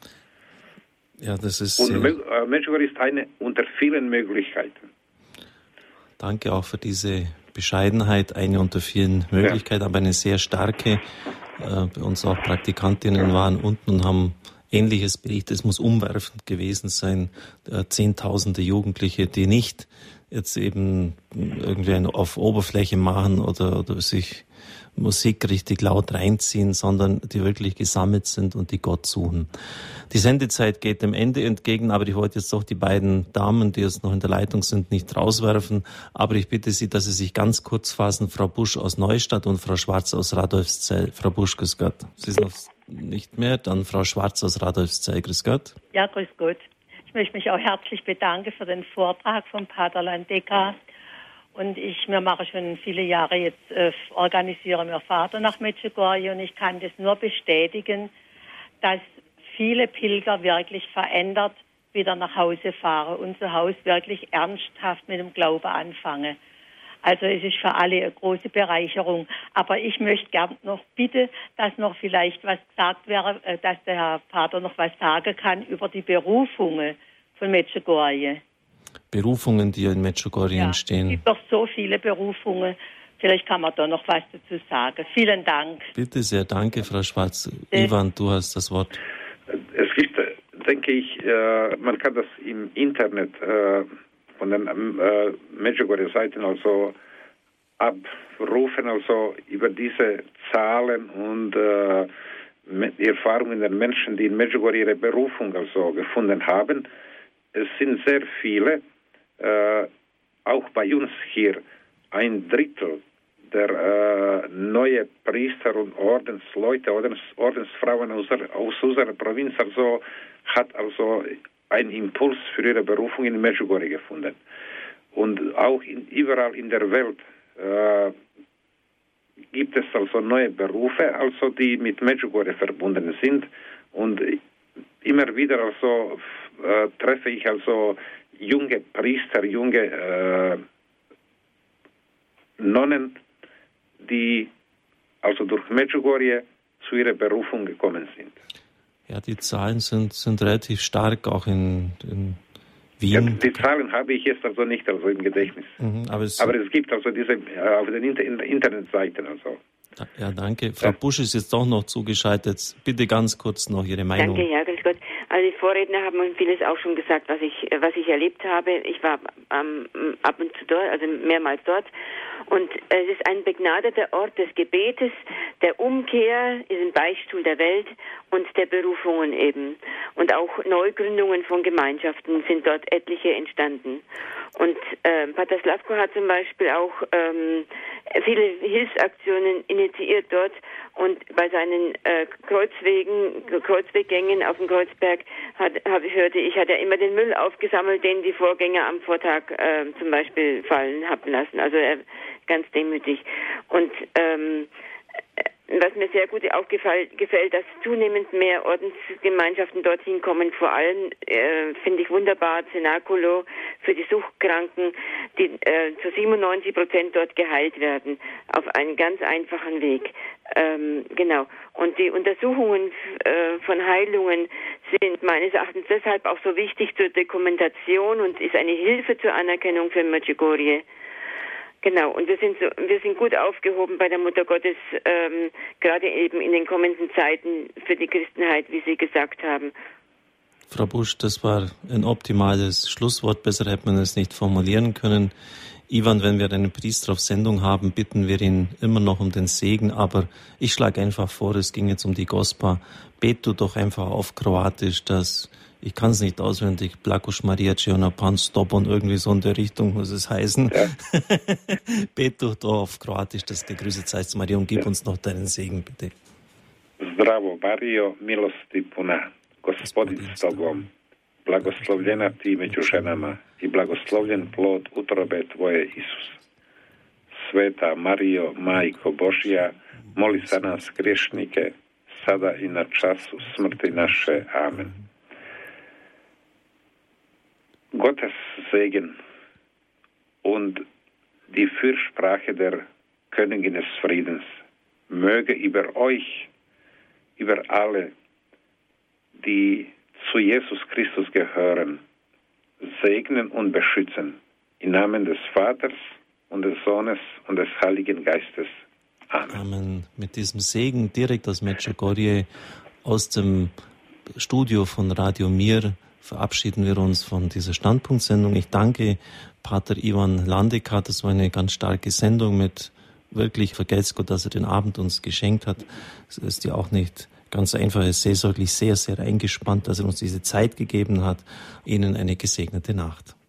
Ja, das ist. Und äh, Medjugorje ist eine unter vielen Möglichkeiten. Danke auch für diese Bescheidenheit, eine unter vielen Möglichkeiten, ja. aber eine sehr starke. Äh, bei uns auch Praktikantinnen waren unten und haben Ähnliches berichtet. Es muss umwerfend gewesen sein. Äh, Zehntausende Jugendliche, die nicht jetzt eben irgendwie auf Oberfläche machen oder, oder sich Musik richtig laut reinziehen, sondern die wirklich gesammelt sind und die Gott suchen. Die Sendezeit geht dem Ende entgegen, aber ich wollte jetzt doch die beiden Damen, die jetzt noch in der Leitung sind, nicht rauswerfen. Aber ich bitte Sie, dass Sie sich ganz kurz fassen. Frau Busch aus Neustadt und Frau Schwarz aus Radolfzell. Frau Busch, grüß Gott. Sie ist noch nicht mehr. Dann Frau Schwarz aus Radolfzell. Grüß Gott. Ja, grüß Gott. Ich möchte mich auch herzlich bedanken für den Vortrag von Pater Landecker. Und ich mir mache schon viele Jahre jetzt, äh, organisiere mir Vater nach Medjugorje und ich kann das nur bestätigen, dass viele Pilger wirklich verändert wieder nach Hause fahren und zu Hause wirklich ernsthaft mit dem Glauben anfangen. Also es ist für alle eine große Bereicherung. Aber ich möchte gern noch bitte, dass noch vielleicht was gesagt wäre, äh, dass der Herr Pater noch was sagen kann über die Berufungen von Medjugorje. Berufungen, die in Medjugorje ja, entstehen. Es gibt doch so viele Berufungen. Vielleicht kann man da noch was dazu sagen. Vielen Dank. Bitte sehr, danke, Frau Schwarz. Äh. Ivan, du hast das Wort. Es gibt, denke ich, äh, man kann das im Internet äh, von den äh, Medjugorje-Seiten also abrufen, also über diese Zahlen und äh, die Erfahrungen der Menschen, die in Medjugorje ihre Berufung also gefunden haben. Es sind sehr viele, äh, auch bei uns hier, ein Drittel der äh, neue Priester und Ordensleute, Ordens, Ordensfrauen aus, aus unserer Provinz, also hat also einen Impuls für ihre Berufung in Medjugorje gefunden. Und auch in, überall in der Welt äh, gibt es also neue Berufe, also die mit Medjugorje verbunden sind. Und immer wieder also äh, treffe ich also junge Priester, junge äh, Nonnen, die also durch Medjugorje zu ihrer Berufung gekommen sind. Ja, die Zahlen sind, sind relativ stark, auch in, in Wien. Ja, die Zahlen habe ich jetzt also nicht also im Gedächtnis. Mhm, aber, es, aber es gibt also diese äh, auf den Inter Internetseiten also. Ja, danke. Frau ja. Busch ist jetzt doch noch zugeschaltet. Bitte ganz kurz noch Ihre Meinung. Danke, ja, grüß Gott. Also die Vorredner haben vieles auch schon gesagt, was ich, was ich erlebt habe. Ich war ähm, ab und zu dort, also mehrmals dort. Und es ist ein begnadeter Ort des Gebetes, der Umkehr, ist ein Beichtstuhl der Welt und der Berufungen eben. Und auch Neugründungen von Gemeinschaften sind dort etliche entstanden. Und äh, Pater Slavko hat zum Beispiel auch ähm, viele Hilfsaktionen initiiert dort und bei seinen äh, Kreuzwegen, Kreuzweggängen auf dem Kreuzberg hat, hab, hörte ich, hat er immer den Müll aufgesammelt, den die Vorgänger am Vortag äh, zum Beispiel fallen haben lassen. Also er ganz demütig. Und ähm, was mir sehr gut aufgefällt, gefällt, dass zunehmend mehr Ordensgemeinschaften dorthin kommen. Vor allem äh, finde ich wunderbar Cenaculo für die Suchtkranken, die äh, zu siebenundneunzig Prozent dort geheilt werden, auf einen ganz einfachen Weg. Ähm, genau. Und die Untersuchungen äh, von Heilungen sind meines Erachtens deshalb auch so wichtig zur Dokumentation und ist eine Hilfe zur Anerkennung für Medjugorje. Genau, und wir sind so, wir sind gut aufgehoben bei der Mutter Gottes, ähm, gerade eben in den kommenden Zeiten für die Christenheit, wie Sie gesagt haben. Frau Busch, das war ein optimales Schlusswort, besser hätte man es nicht formulieren können. Ivan, wenn wir einen Priester auf Sendung haben, bitten wir ihn immer noch um den Segen, aber ich schlage einfach vor, es ging jetzt um die Gospa. Bet du doch einfach auf Kroatisch, dass, ich kann es nicht auswendig, Blagoš Marija Čeona Pan Stop und irgendwie so in der Richtung muss es heißen. Ja. Bet du doch auf Kroatisch, das gegrüßet seist Maria und gib ja. uns noch deinen Segen, bitte. Zdravo, Mario, milosti puna, Gospodin s tobom, blagoslovljena ti među ženama i blagoslovljen plod utrobe tvoje, Isus. Sveta Mario, Majko Božja, moli za nas grešnike, sada i na času smrti naše. Amen. Gottes Segen und die Fürsprache der Königin des Friedens möge über euch, über alle, die zu Jesus Christus gehören, segnen und beschützen. Im Namen des Vaters und des Sohnes und des Heiligen Geistes. Amen. Amen. Mit diesem Segen direkt aus Medjugorje, aus dem Studio von Radio Mir, verabschieden wir uns von dieser Standpunktsendung. Ich danke Pater Ivan Landeka. Das war eine ganz starke Sendung mit wirklich, vergelt's Gott, dass er den Abend uns geschenkt hat. Es ist ja auch nicht ganz einfach, er ist seelsorglich sehr, sehr eingespannt, dass er uns diese Zeit gegeben hat. Ihnen eine gesegnete Nacht.